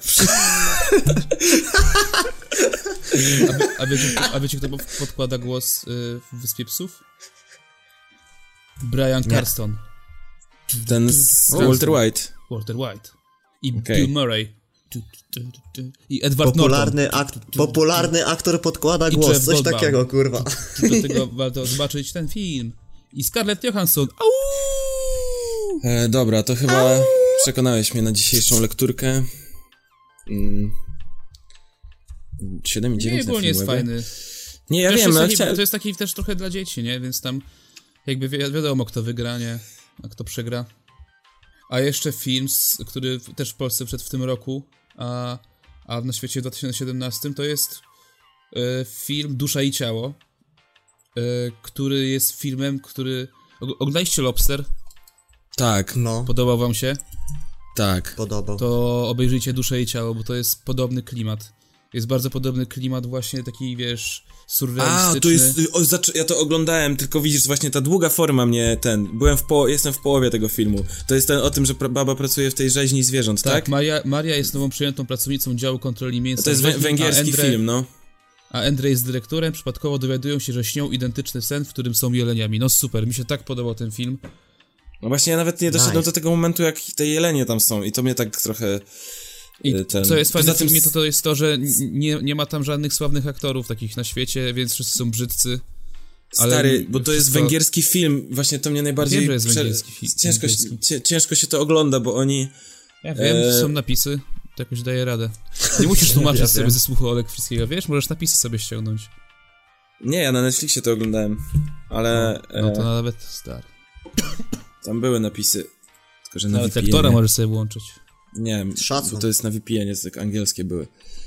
A wiecie, kto podkłada głos w Wyspie Psów? Brian Carston. ten z Walter White. Walter White. I Okej. Bill Murray. I Edward Norton. Popularny aktor podkłada I głos, Jeff coś Goldblum. takiego, kurwa. Do tego warto zobaczyć ten film. I Scarlett Johansson. Au! Dobra, to chyba przekonałeś mnie na dzisiejszą lekturkę. 7,9 Nie, na ogólnie jest Filmwebie. fajny. Nie, ja Też wiem, jest ale taki, chciałem... to jest taki też trochę dla dzieci, nie? Więc tam jakby wiadomo, kto wygra, nie? A kto przegra. A jeszcze film, który też w Polsce wszedł w tym roku, a na świecie w 2017, to jest film Dusza i Ciało, który jest filmem, który... Oglądaliście Lobster? Tak, No, Podobał wam się? tak. podobał. To obejrzyjcie Duszę i Ciało, bo to jest podobny klimat. Jest bardzo podobny klimat właśnie taki, wiesz, surrealistyczny. To jest... ja to oglądałem, tylko widzisz, właśnie ta długa forma mnie jestem w połowie tego filmu. To jest ten o tym, że baba pracuje w tej rzeźni zwierząt, tak? Maria jest nową przyjętą pracownicą działu kontroli mięsa. To jest węgierski film, no. a Andrzej jest dyrektorem, przypadkowo dowiadują się, że śnią identyczny sen, w którym są jeleniami. No super, mi się tak podobał ten film. No właśnie, ja nawet nie doszedłem do tego momentu, jak te jelenie tam są i to mnie tak trochę... I co jest fajne w filmie, to jest to, że nie ma tam żadnych sławnych aktorów takich na świecie, więc wszyscy są brzydcy. Stary, bo to jest węgierski film, właśnie to mnie najbardziej... Wiem, że jest węgierski film. Ciężko się to ogląda, bo oni... Ja wiem, są napisy, to jakoś daje radę. Nie musisz tłumaczyć sobie ze słuchu Oleg wszystkiego, wiesz? Możesz napisy sobie ściągnąć. Nie, ja na Netflixie to oglądałem, ale... No to nawet stary. Tam były napisy, tylko że na nawet VPN. lektora możesz sobie włączyć. Nie, bo to jest na VPN, tak angielskie były.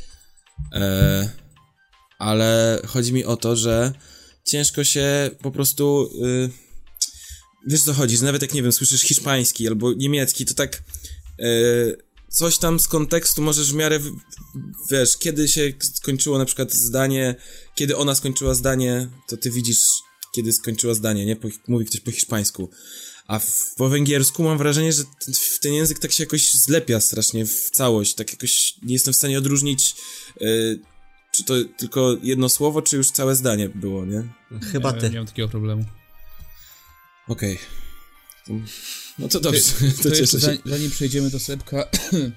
Ale chodzi mi o to, że ciężko się po prostu... wiesz co chodzi, że nawet jak, nie wiem, słyszysz hiszpański albo niemiecki, to tak... coś tam z kontekstu możesz w miarę... Wiesz, kiedy się skończyło na przykład zdanie, kiedy ona skończyła zdanie, to ty widzisz, kiedy skończyła zdanie, nie? Mówi ktoś po hiszpańsku. A po węgiersku mam wrażenie, że ten język tak się jakoś zlepia strasznie w całość. Tak jakoś nie jestem w stanie odróżnić, czy to tylko jedno słowo, czy już całe zdanie było, nie? Chyba ty. Nie mam takiego problemu. Okej. No to dobrze, to cieszę się. Zanim przejdziemy do Sebka,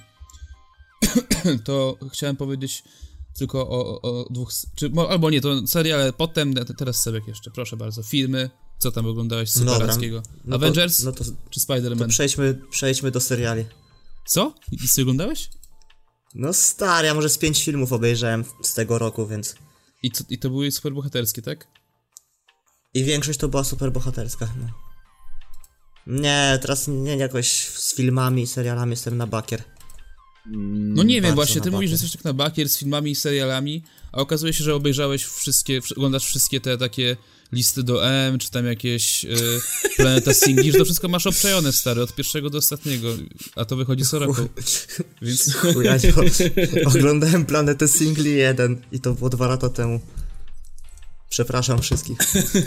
to chciałem powiedzieć tylko o dwóch... albo nie, to seriale, potem, teraz Sebek jeszcze, proszę bardzo. Filmy, co tam oglądałeś superackiego? Avengers czy Spider-Man? To przejdźmy do seriali. Co? Nic nie oglądałeś? No stary, ja może z 5 filmów obejrzałem z tego roku, więc... I to były superbohaterskie, tak? I większość to była superbohaterska, no. Nie, teraz nie jakoś z filmami, serialami jestem na bakier. No nie wiem, właśnie, ty mówisz, że jesteś tak na bakier z filmami i serialami, a okazuje się, że obejrzałeś oglądasz wszystkie te takie listy do M, czy tam jakieś Planeta Singli, że to wszystko masz obczajone, stary, od pierwszego do ostatniego, a to wychodzi co roku, więc... Oglądałem Planetę Singli 1 i to było 2 lata temu. Przepraszam wszystkich.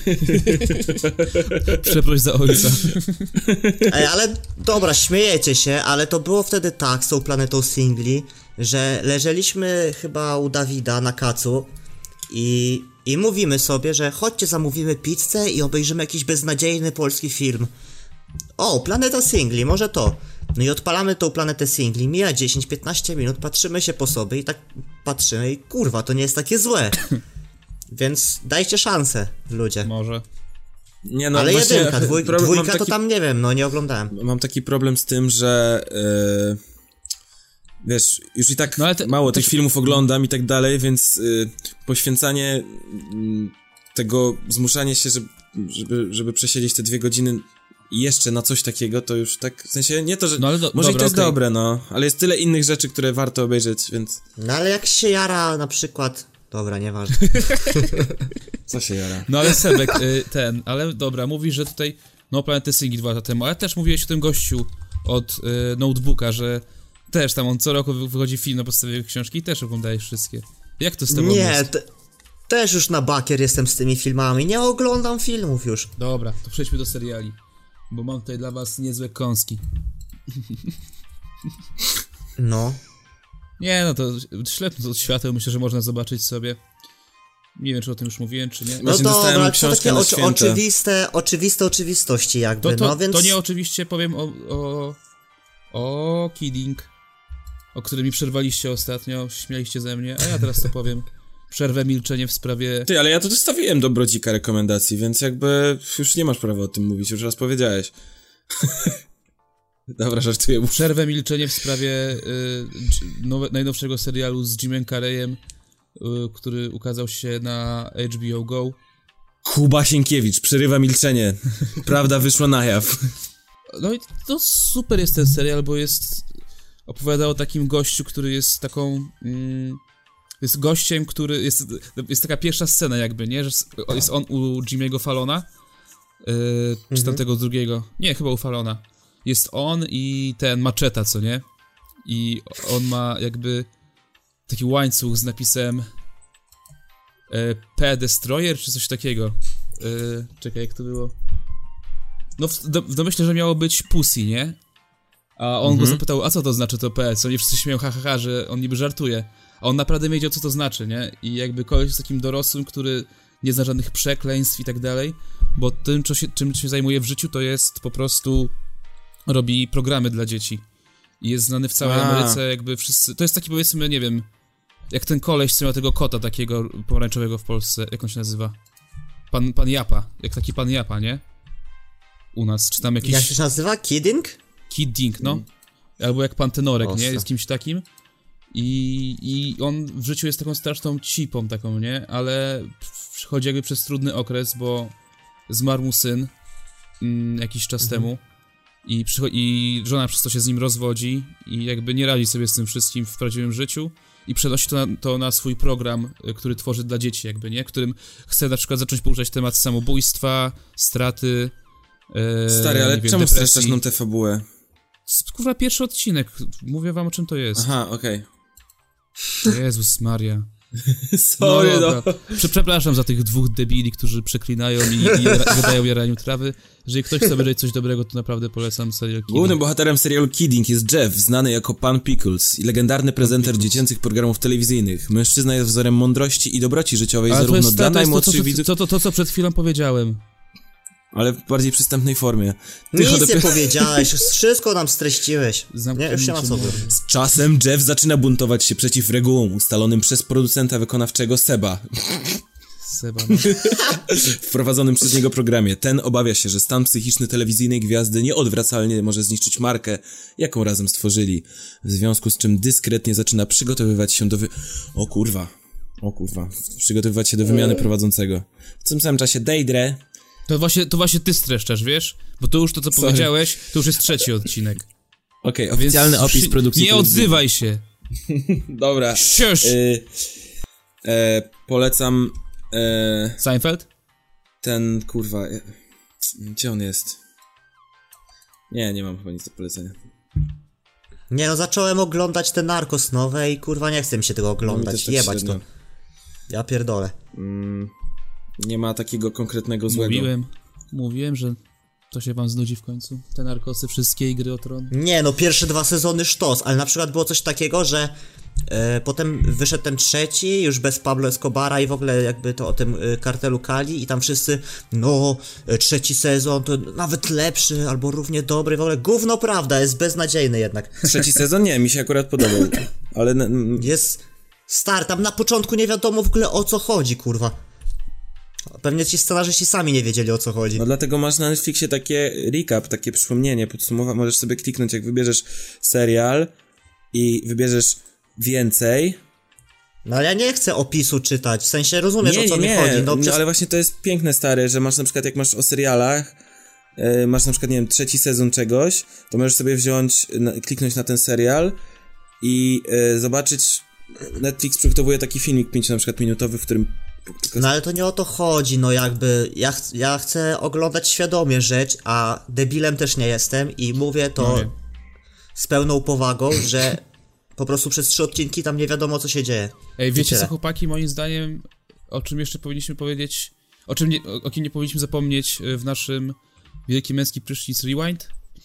Przeproś za ojca. Ej, ale dobra, śmiejecie się, ale to było wtedy tak z tą Planetą Singli, że leżeliśmy chyba u Dawida na kacu i mówimy sobie, że chodźcie zamówimy pizzę i obejrzymy jakiś beznadziejny polski film. O, Planeta Singli, może to. No i odpalamy tą Planetę Singli, mija 10-15 minut, patrzymy się po sobie i tak patrzymy i kurwa, to nie jest takie złe. Więc dajcie szansę, ludzie. Może. Nie, no ale właśnie, jedynka, dwójka to tam nie wiem, no nie oglądałem. Mam taki problem z tym, że wiesz, już i tak mało tych filmów oglądam i tak dalej, więc poświęcanie tego, zmuszanie się, żeby przesiedzieć te 2 godziny jeszcze na coś takiego, to już tak, w sensie nie to, że może dobra, i to jest dobre, no, ale jest tyle innych rzeczy, które warto obejrzeć, więc... No ale jak się jara na przykład... Dobra, nieważne. Co się jara? No ale Sebek, ale dobra, mówisz, że tutaj, no Planety Singli 2 lata temu, ale też mówiłeś o tym gościu od Notebooka, że też tam on co roku wychodzi film na podstawie książki i też oglądałeś wszystkie. Jak to z tobą jest? Nie, też już na bakier jestem z tymi filmami, nie oglądam filmów już. Dobra, to przejdźmy do seriali, bo mam tutaj dla was niezłe kąski. No. Nie, no to ślepnąc od świateł, myślę, że można zobaczyć sobie. Nie wiem, czy o tym już mówiłem, czy nie. No dobra, to takie oczywiste oczywistości jakby, więc... To nie oczywiście powiem o Kidding, o którym mi przerwaliście ostatnio, śmialiście ze mnie, a ja teraz to powiem. Przerwę milczenie w sprawie... Ty, ale ja to dostawiłem do Brodzika rekomendacji, więc jakby już nie masz prawa o tym mówić, już raz powiedziałeś. Dobra, żartuję. Przerwę milczenie w sprawie najnowszego serialu z Jimem Carreyem, który ukazał się na HBO Go. Kuba Sienkiewicz, przerywa milczenie. Prawda wyszła na jaw. No i to super jest ten serial, bo opowiada o takim gościu, który jest taką... jest gościem, który jest taka pierwsza scena jakby, nie? Że jest on u Jimmy'ego Fallona, czy tam tego drugiego. Nie, chyba u Fallona. Jest on i ten Macheta, co nie? I on ma jakby taki łańcuch z napisem P-Destroyer, czy coś takiego. Czekaj, jak to było? No w domyśle, że miało być Pussy, nie? A on go zapytał, a co to znaczy to P? Co nie wszyscy śmieją, ha, że on niby żartuje. A on naprawdę wiedział, co to znaczy, nie? I jakby koleś jest takim dorosłym, który nie zna żadnych przekleństw i tak dalej, bo tym, czym się zajmuje w życiu, to jest po prostu robi programy dla dzieci. I jest znany w całej Ameryce, jakby wszyscy... To jest taki, powiedzmy, nie wiem, jak ten koleś, co miał tego kota takiego pomarańczowego w Polsce, jak on się nazywa? Pan Japa, jak taki pan Japa, nie? U nas, czy tam jakiś... Jak się nazywa? Kidding? Kidding, no. Albo jak pan Tenorek, nie? Jest kimś takim. I on w życiu jest taką straszną cipą taką, nie? Ale przechodzi jakby przez trudny okres, bo zmarł mu syn jakiś czas temu i żona przez to się z nim rozwodzi i jakby nie radzi sobie z tym wszystkim w prawdziwym życiu i przenosi to na swój program, który tworzy dla dzieci jakby, nie? Którym chce na przykład zacząć poruszać temat samobójstwa, straty, Stary, ale czemu streszczasz nam tę fabułę? Kurwa, pierwszy odcinek. Mówię wam, o czym to jest. Aha, okej. Jezus Maria. Sorry, no. Przepraszam za tych dwóch debili, którzy przeklinają i gadają jaraniu trawy. Jeżeli ktoś chce obejrzeć coś dobrego, to naprawdę polecam serial Kidding. Głównym bohaterem serialu Kidding jest Jeff, znany jako Pan Pickles i legendarny prezenter dziecięcych programów telewizyjnych. Mężczyzna jest wzorem mądrości i dobroci życiowej zarówno dla najmłodszych widzów... To, co przed chwilą powiedziałem. Ale w bardziej przystępnej formie. Nic nie powiedziałeś, wszystko nam streściłeś. Nie, już nie ma co mówić. Z czasem Jeff zaczyna buntować się przeciw regułom ustalonym przez producenta wykonawczego Seba. No. Wprowadzonym przez niego programie. Ten obawia się, że stan psychiczny telewizyjnej gwiazdy nieodwracalnie może zniszczyć markę, jaką razem stworzyli. W związku z czym dyskretnie zaczyna przygotowywać się do przygotowywać się do wymiany prowadzącego. W tym samym czasie Deidre... To właśnie ty streszczasz, wiesz? Bo to już to, co powiedziałeś, to już jest trzeci odcinek. Okej, oficjalny opis produkcji. Nie odzywaj się! Dobra. Polecam... Seinfeld? Ten, kurwa... Gdzie on jest? Nie mam chyba nic do polecenia. Nie no, zacząłem oglądać te Narcos nowe i kurwa nie chcę mi się tego oglądać, tak jebać średnio. to. Ja pierdolę. Nie ma takiego konkretnego złego. Mówiłem, że to się wam znudzi w końcu. Te Narcosy, wszystkie i Gry o Tron. Nie no, pierwsze 2 sezony sztos, ale na przykład było coś takiego, że potem wyszedł ten trzeci, już bez Pablo Escobara i w ogóle jakby to o tym kartelu Kali i tam wszyscy, trzeci sezon to nawet lepszy albo równie dobry, w ogóle gówno prawda, jest beznadziejny jednak. Trzeci sezon? Nie, mi się akurat podobał, ale... Jest stary, tam na początku nie wiadomo w ogóle o co chodzi, kurwa. Pewnie ci scenarzyści sami nie wiedzieli o co chodzi. No dlatego masz na Netflixie takie recap, takie przypomnienie, podsumowanie, możesz sobie kliknąć, jak wybierzesz serial i wybierzesz więcej. No ale ja nie chcę opisu czytać, w sensie rozumiesz o co mi chodzi. No ale właśnie to jest piękne, stary, że masz na przykład, jak masz o serialach, masz na przykład, nie wiem, trzeci sezon czegoś, to możesz sobie kliknąć na ten serial i zobaczyć, Netflix przygotowuje taki filmik 5 na przykład minutowy, w którym... No ale to nie o to chodzi, no jakby ja chcę oglądać świadomie rzecz, a debilem też nie jestem i mówię to z pełną powagą, że po prostu przez 3 odcinki tam nie wiadomo co się dzieje. Ej, wiecie co, chłopaki, moim zdaniem, o czym jeszcze powinniśmy powiedzieć, o kim nie powinniśmy zapomnieć w naszym Wielki Męski Prysznic Rewind?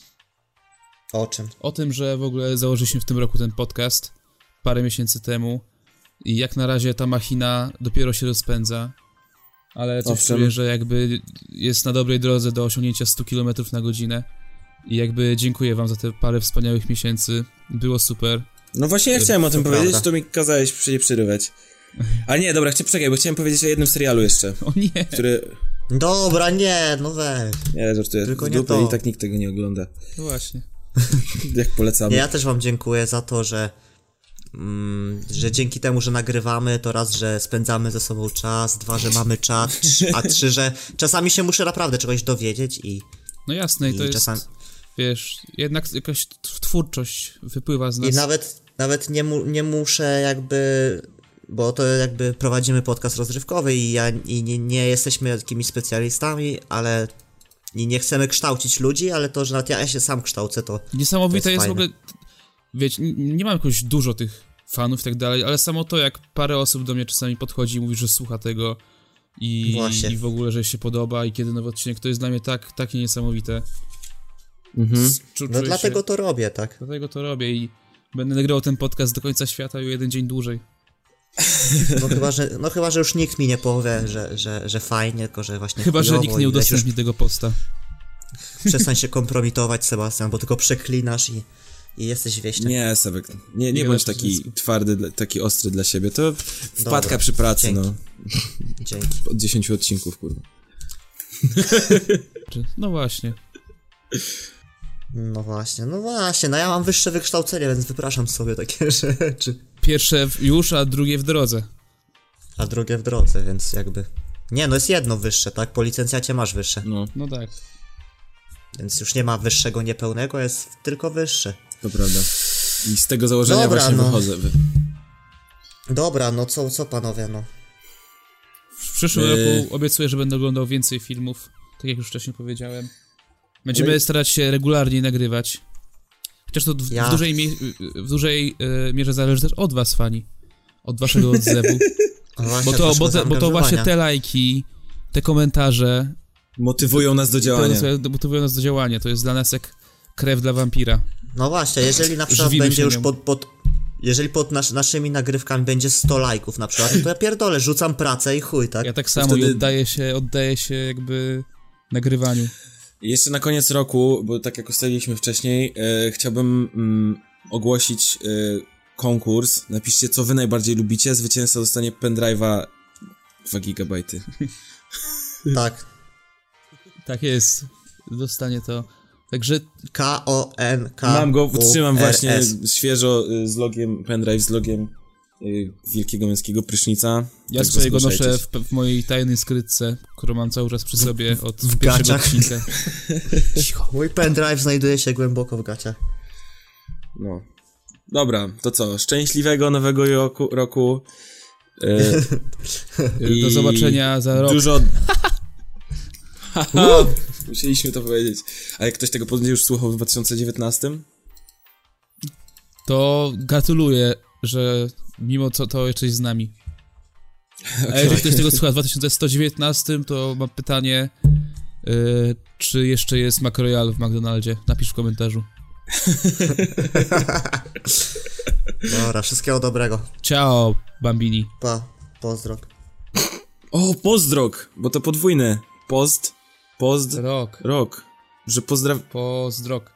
O czym? O tym, że w ogóle założyliśmy w tym roku ten podcast parę miesięcy temu i jak na razie ta machina dopiero się rozpędza, ale coś czuję, że jakby jest na dobrej drodze do osiągnięcia 100 km na godzinę i jakby dziękuję wam za te parę wspaniałych miesięcy, było super. No właśnie ja chciałem o tym powiedzieć, to mi kazałeś nie przerywać. Ale nie, dobra, czekaj, bo chciałem powiedzieć o jednym serialu jeszcze. O nie! Który... Dobra, nie, no weź. Nie, żartuję, tylko w nie dupę to. i tak nikt tego nie ogląda. No właśnie. Jak polecamy. Nie, ja też wam dziękuję za to, że dzięki temu, że nagrywamy, to raz, że spędzamy ze sobą czas, 2, że mamy czat, a 3, że czasami się muszę naprawdę czegoś dowiedzieć i... No jasne, i to czasami... jest, wiesz, jednak jakaś twórczość wypływa z nas. I nawet nie muszę jakby... Bo to jakby prowadzimy podcast rozrywkowy i nie jesteśmy jakimiś specjalistami, ale i nie chcemy kształcić ludzi, ale to, że nawet ja się sam kształcę, to niesamowite jest w fajne. ogóle, wiecie, nie mam jakoś dużo tych fanów i tak dalej, ale samo to, jak parę osób do mnie czasami podchodzi i mówi, że słucha tego i w ogóle, że się podoba i kiedy nowy odcinek, to jest dla mnie takie niesamowite. No dlatego to robię, tak? Dlatego to robię i będę nagrywał ten podcast do końca świata i o 1 dzień dłużej. No chyba, że już nikt mi nie powie, że fajnie, tylko że właśnie Chyba, że chujowo nikt nie i weź udostępni tego posta. Przestań się kompromitować, Sebastian, bo tylko przeklinasz i jesteś wieśniak. Nie, Sebek, nie bądź taki twardy, taki ostry dla siebie. To wpadka Dobra, przy pracy, dzięki. no. Dzięki. Od 10 odcinków, kurwa. No właśnie. No właśnie, no ja mam wyższe wykształcenie, więc wypraszam sobie takie rzeczy. Pierwsze już, a drugie w drodze. A drugie w drodze, więc jakby... Nie, no jest jedno wyższe, tak? Po licencjacie masz wyższe. No tak. Więc już nie ma wyższego niepełnego, jest tylko wyższe. To prawda. I z tego założenia Dobra, właśnie no. wychodzę. Dobra, no co panowie, no. W przyszłym roku obiecuję, że będę oglądał więcej filmów, tak jak już wcześniej powiedziałem. Będziemy starać się regularnie nagrywać. Chociaż to w dużej mierze zależy też od was, fani. Od waszego odzewu. Właśnie, Bo to właśnie te lajki, te komentarze Motywują nas do działania. Motywują nas do działania. To jest dla nas jak krew dla wampira. No właśnie, jeżeli na przykład Żywimy będzie się już nią. jeżeli pod naszymi nagrywkami będzie 100 lajków na przykład, to ja pierdolę, rzucam pracę i chuj, tak? Ja tak samo wtedy... i oddaję się jakby nagrywaniu. Jeszcze na koniec roku, bo tak jak ustaliliśmy wcześniej, chciałbym ogłosić konkurs. Napiszcie, co wy najbardziej lubicie. Zwycięzca dostanie pendrive'a 2 GB. Tak. Tak jest. Dostanie to. Także K-O-N-K. Mam go, trzymam właśnie R-S. świeżo z logiem, pendrive z logiem Wielkiego Męskiego Prysznica. ja Tak swojego zgłaszajcie noszę się. w mojej tajnej skrytce, którą mam cały czas przy sobie od w pierwszego gaciach. odcinka. Cicho. Mój pendrive znajduje się głęboko w gaciach. No. Dobra, to co? Szczęśliwego nowego roku. Do zobaczenia za rok. Dużo... Musieliśmy to powiedzieć. A jak ktoś tego będzie już słuchał w 2019? To gratuluję, że mimo co to jesteś z nami. A jeżeli ktoś tego słucha w 2119, to mam pytanie, czy jeszcze jest Mac Royale w McDonaldzie? Napisz w komentarzu. Dobra, wszystkiego dobrego. Ciao, bambini. Pa, pozdrok. O, pozdrok, bo to podwójne. Rok. Że Pozdrok.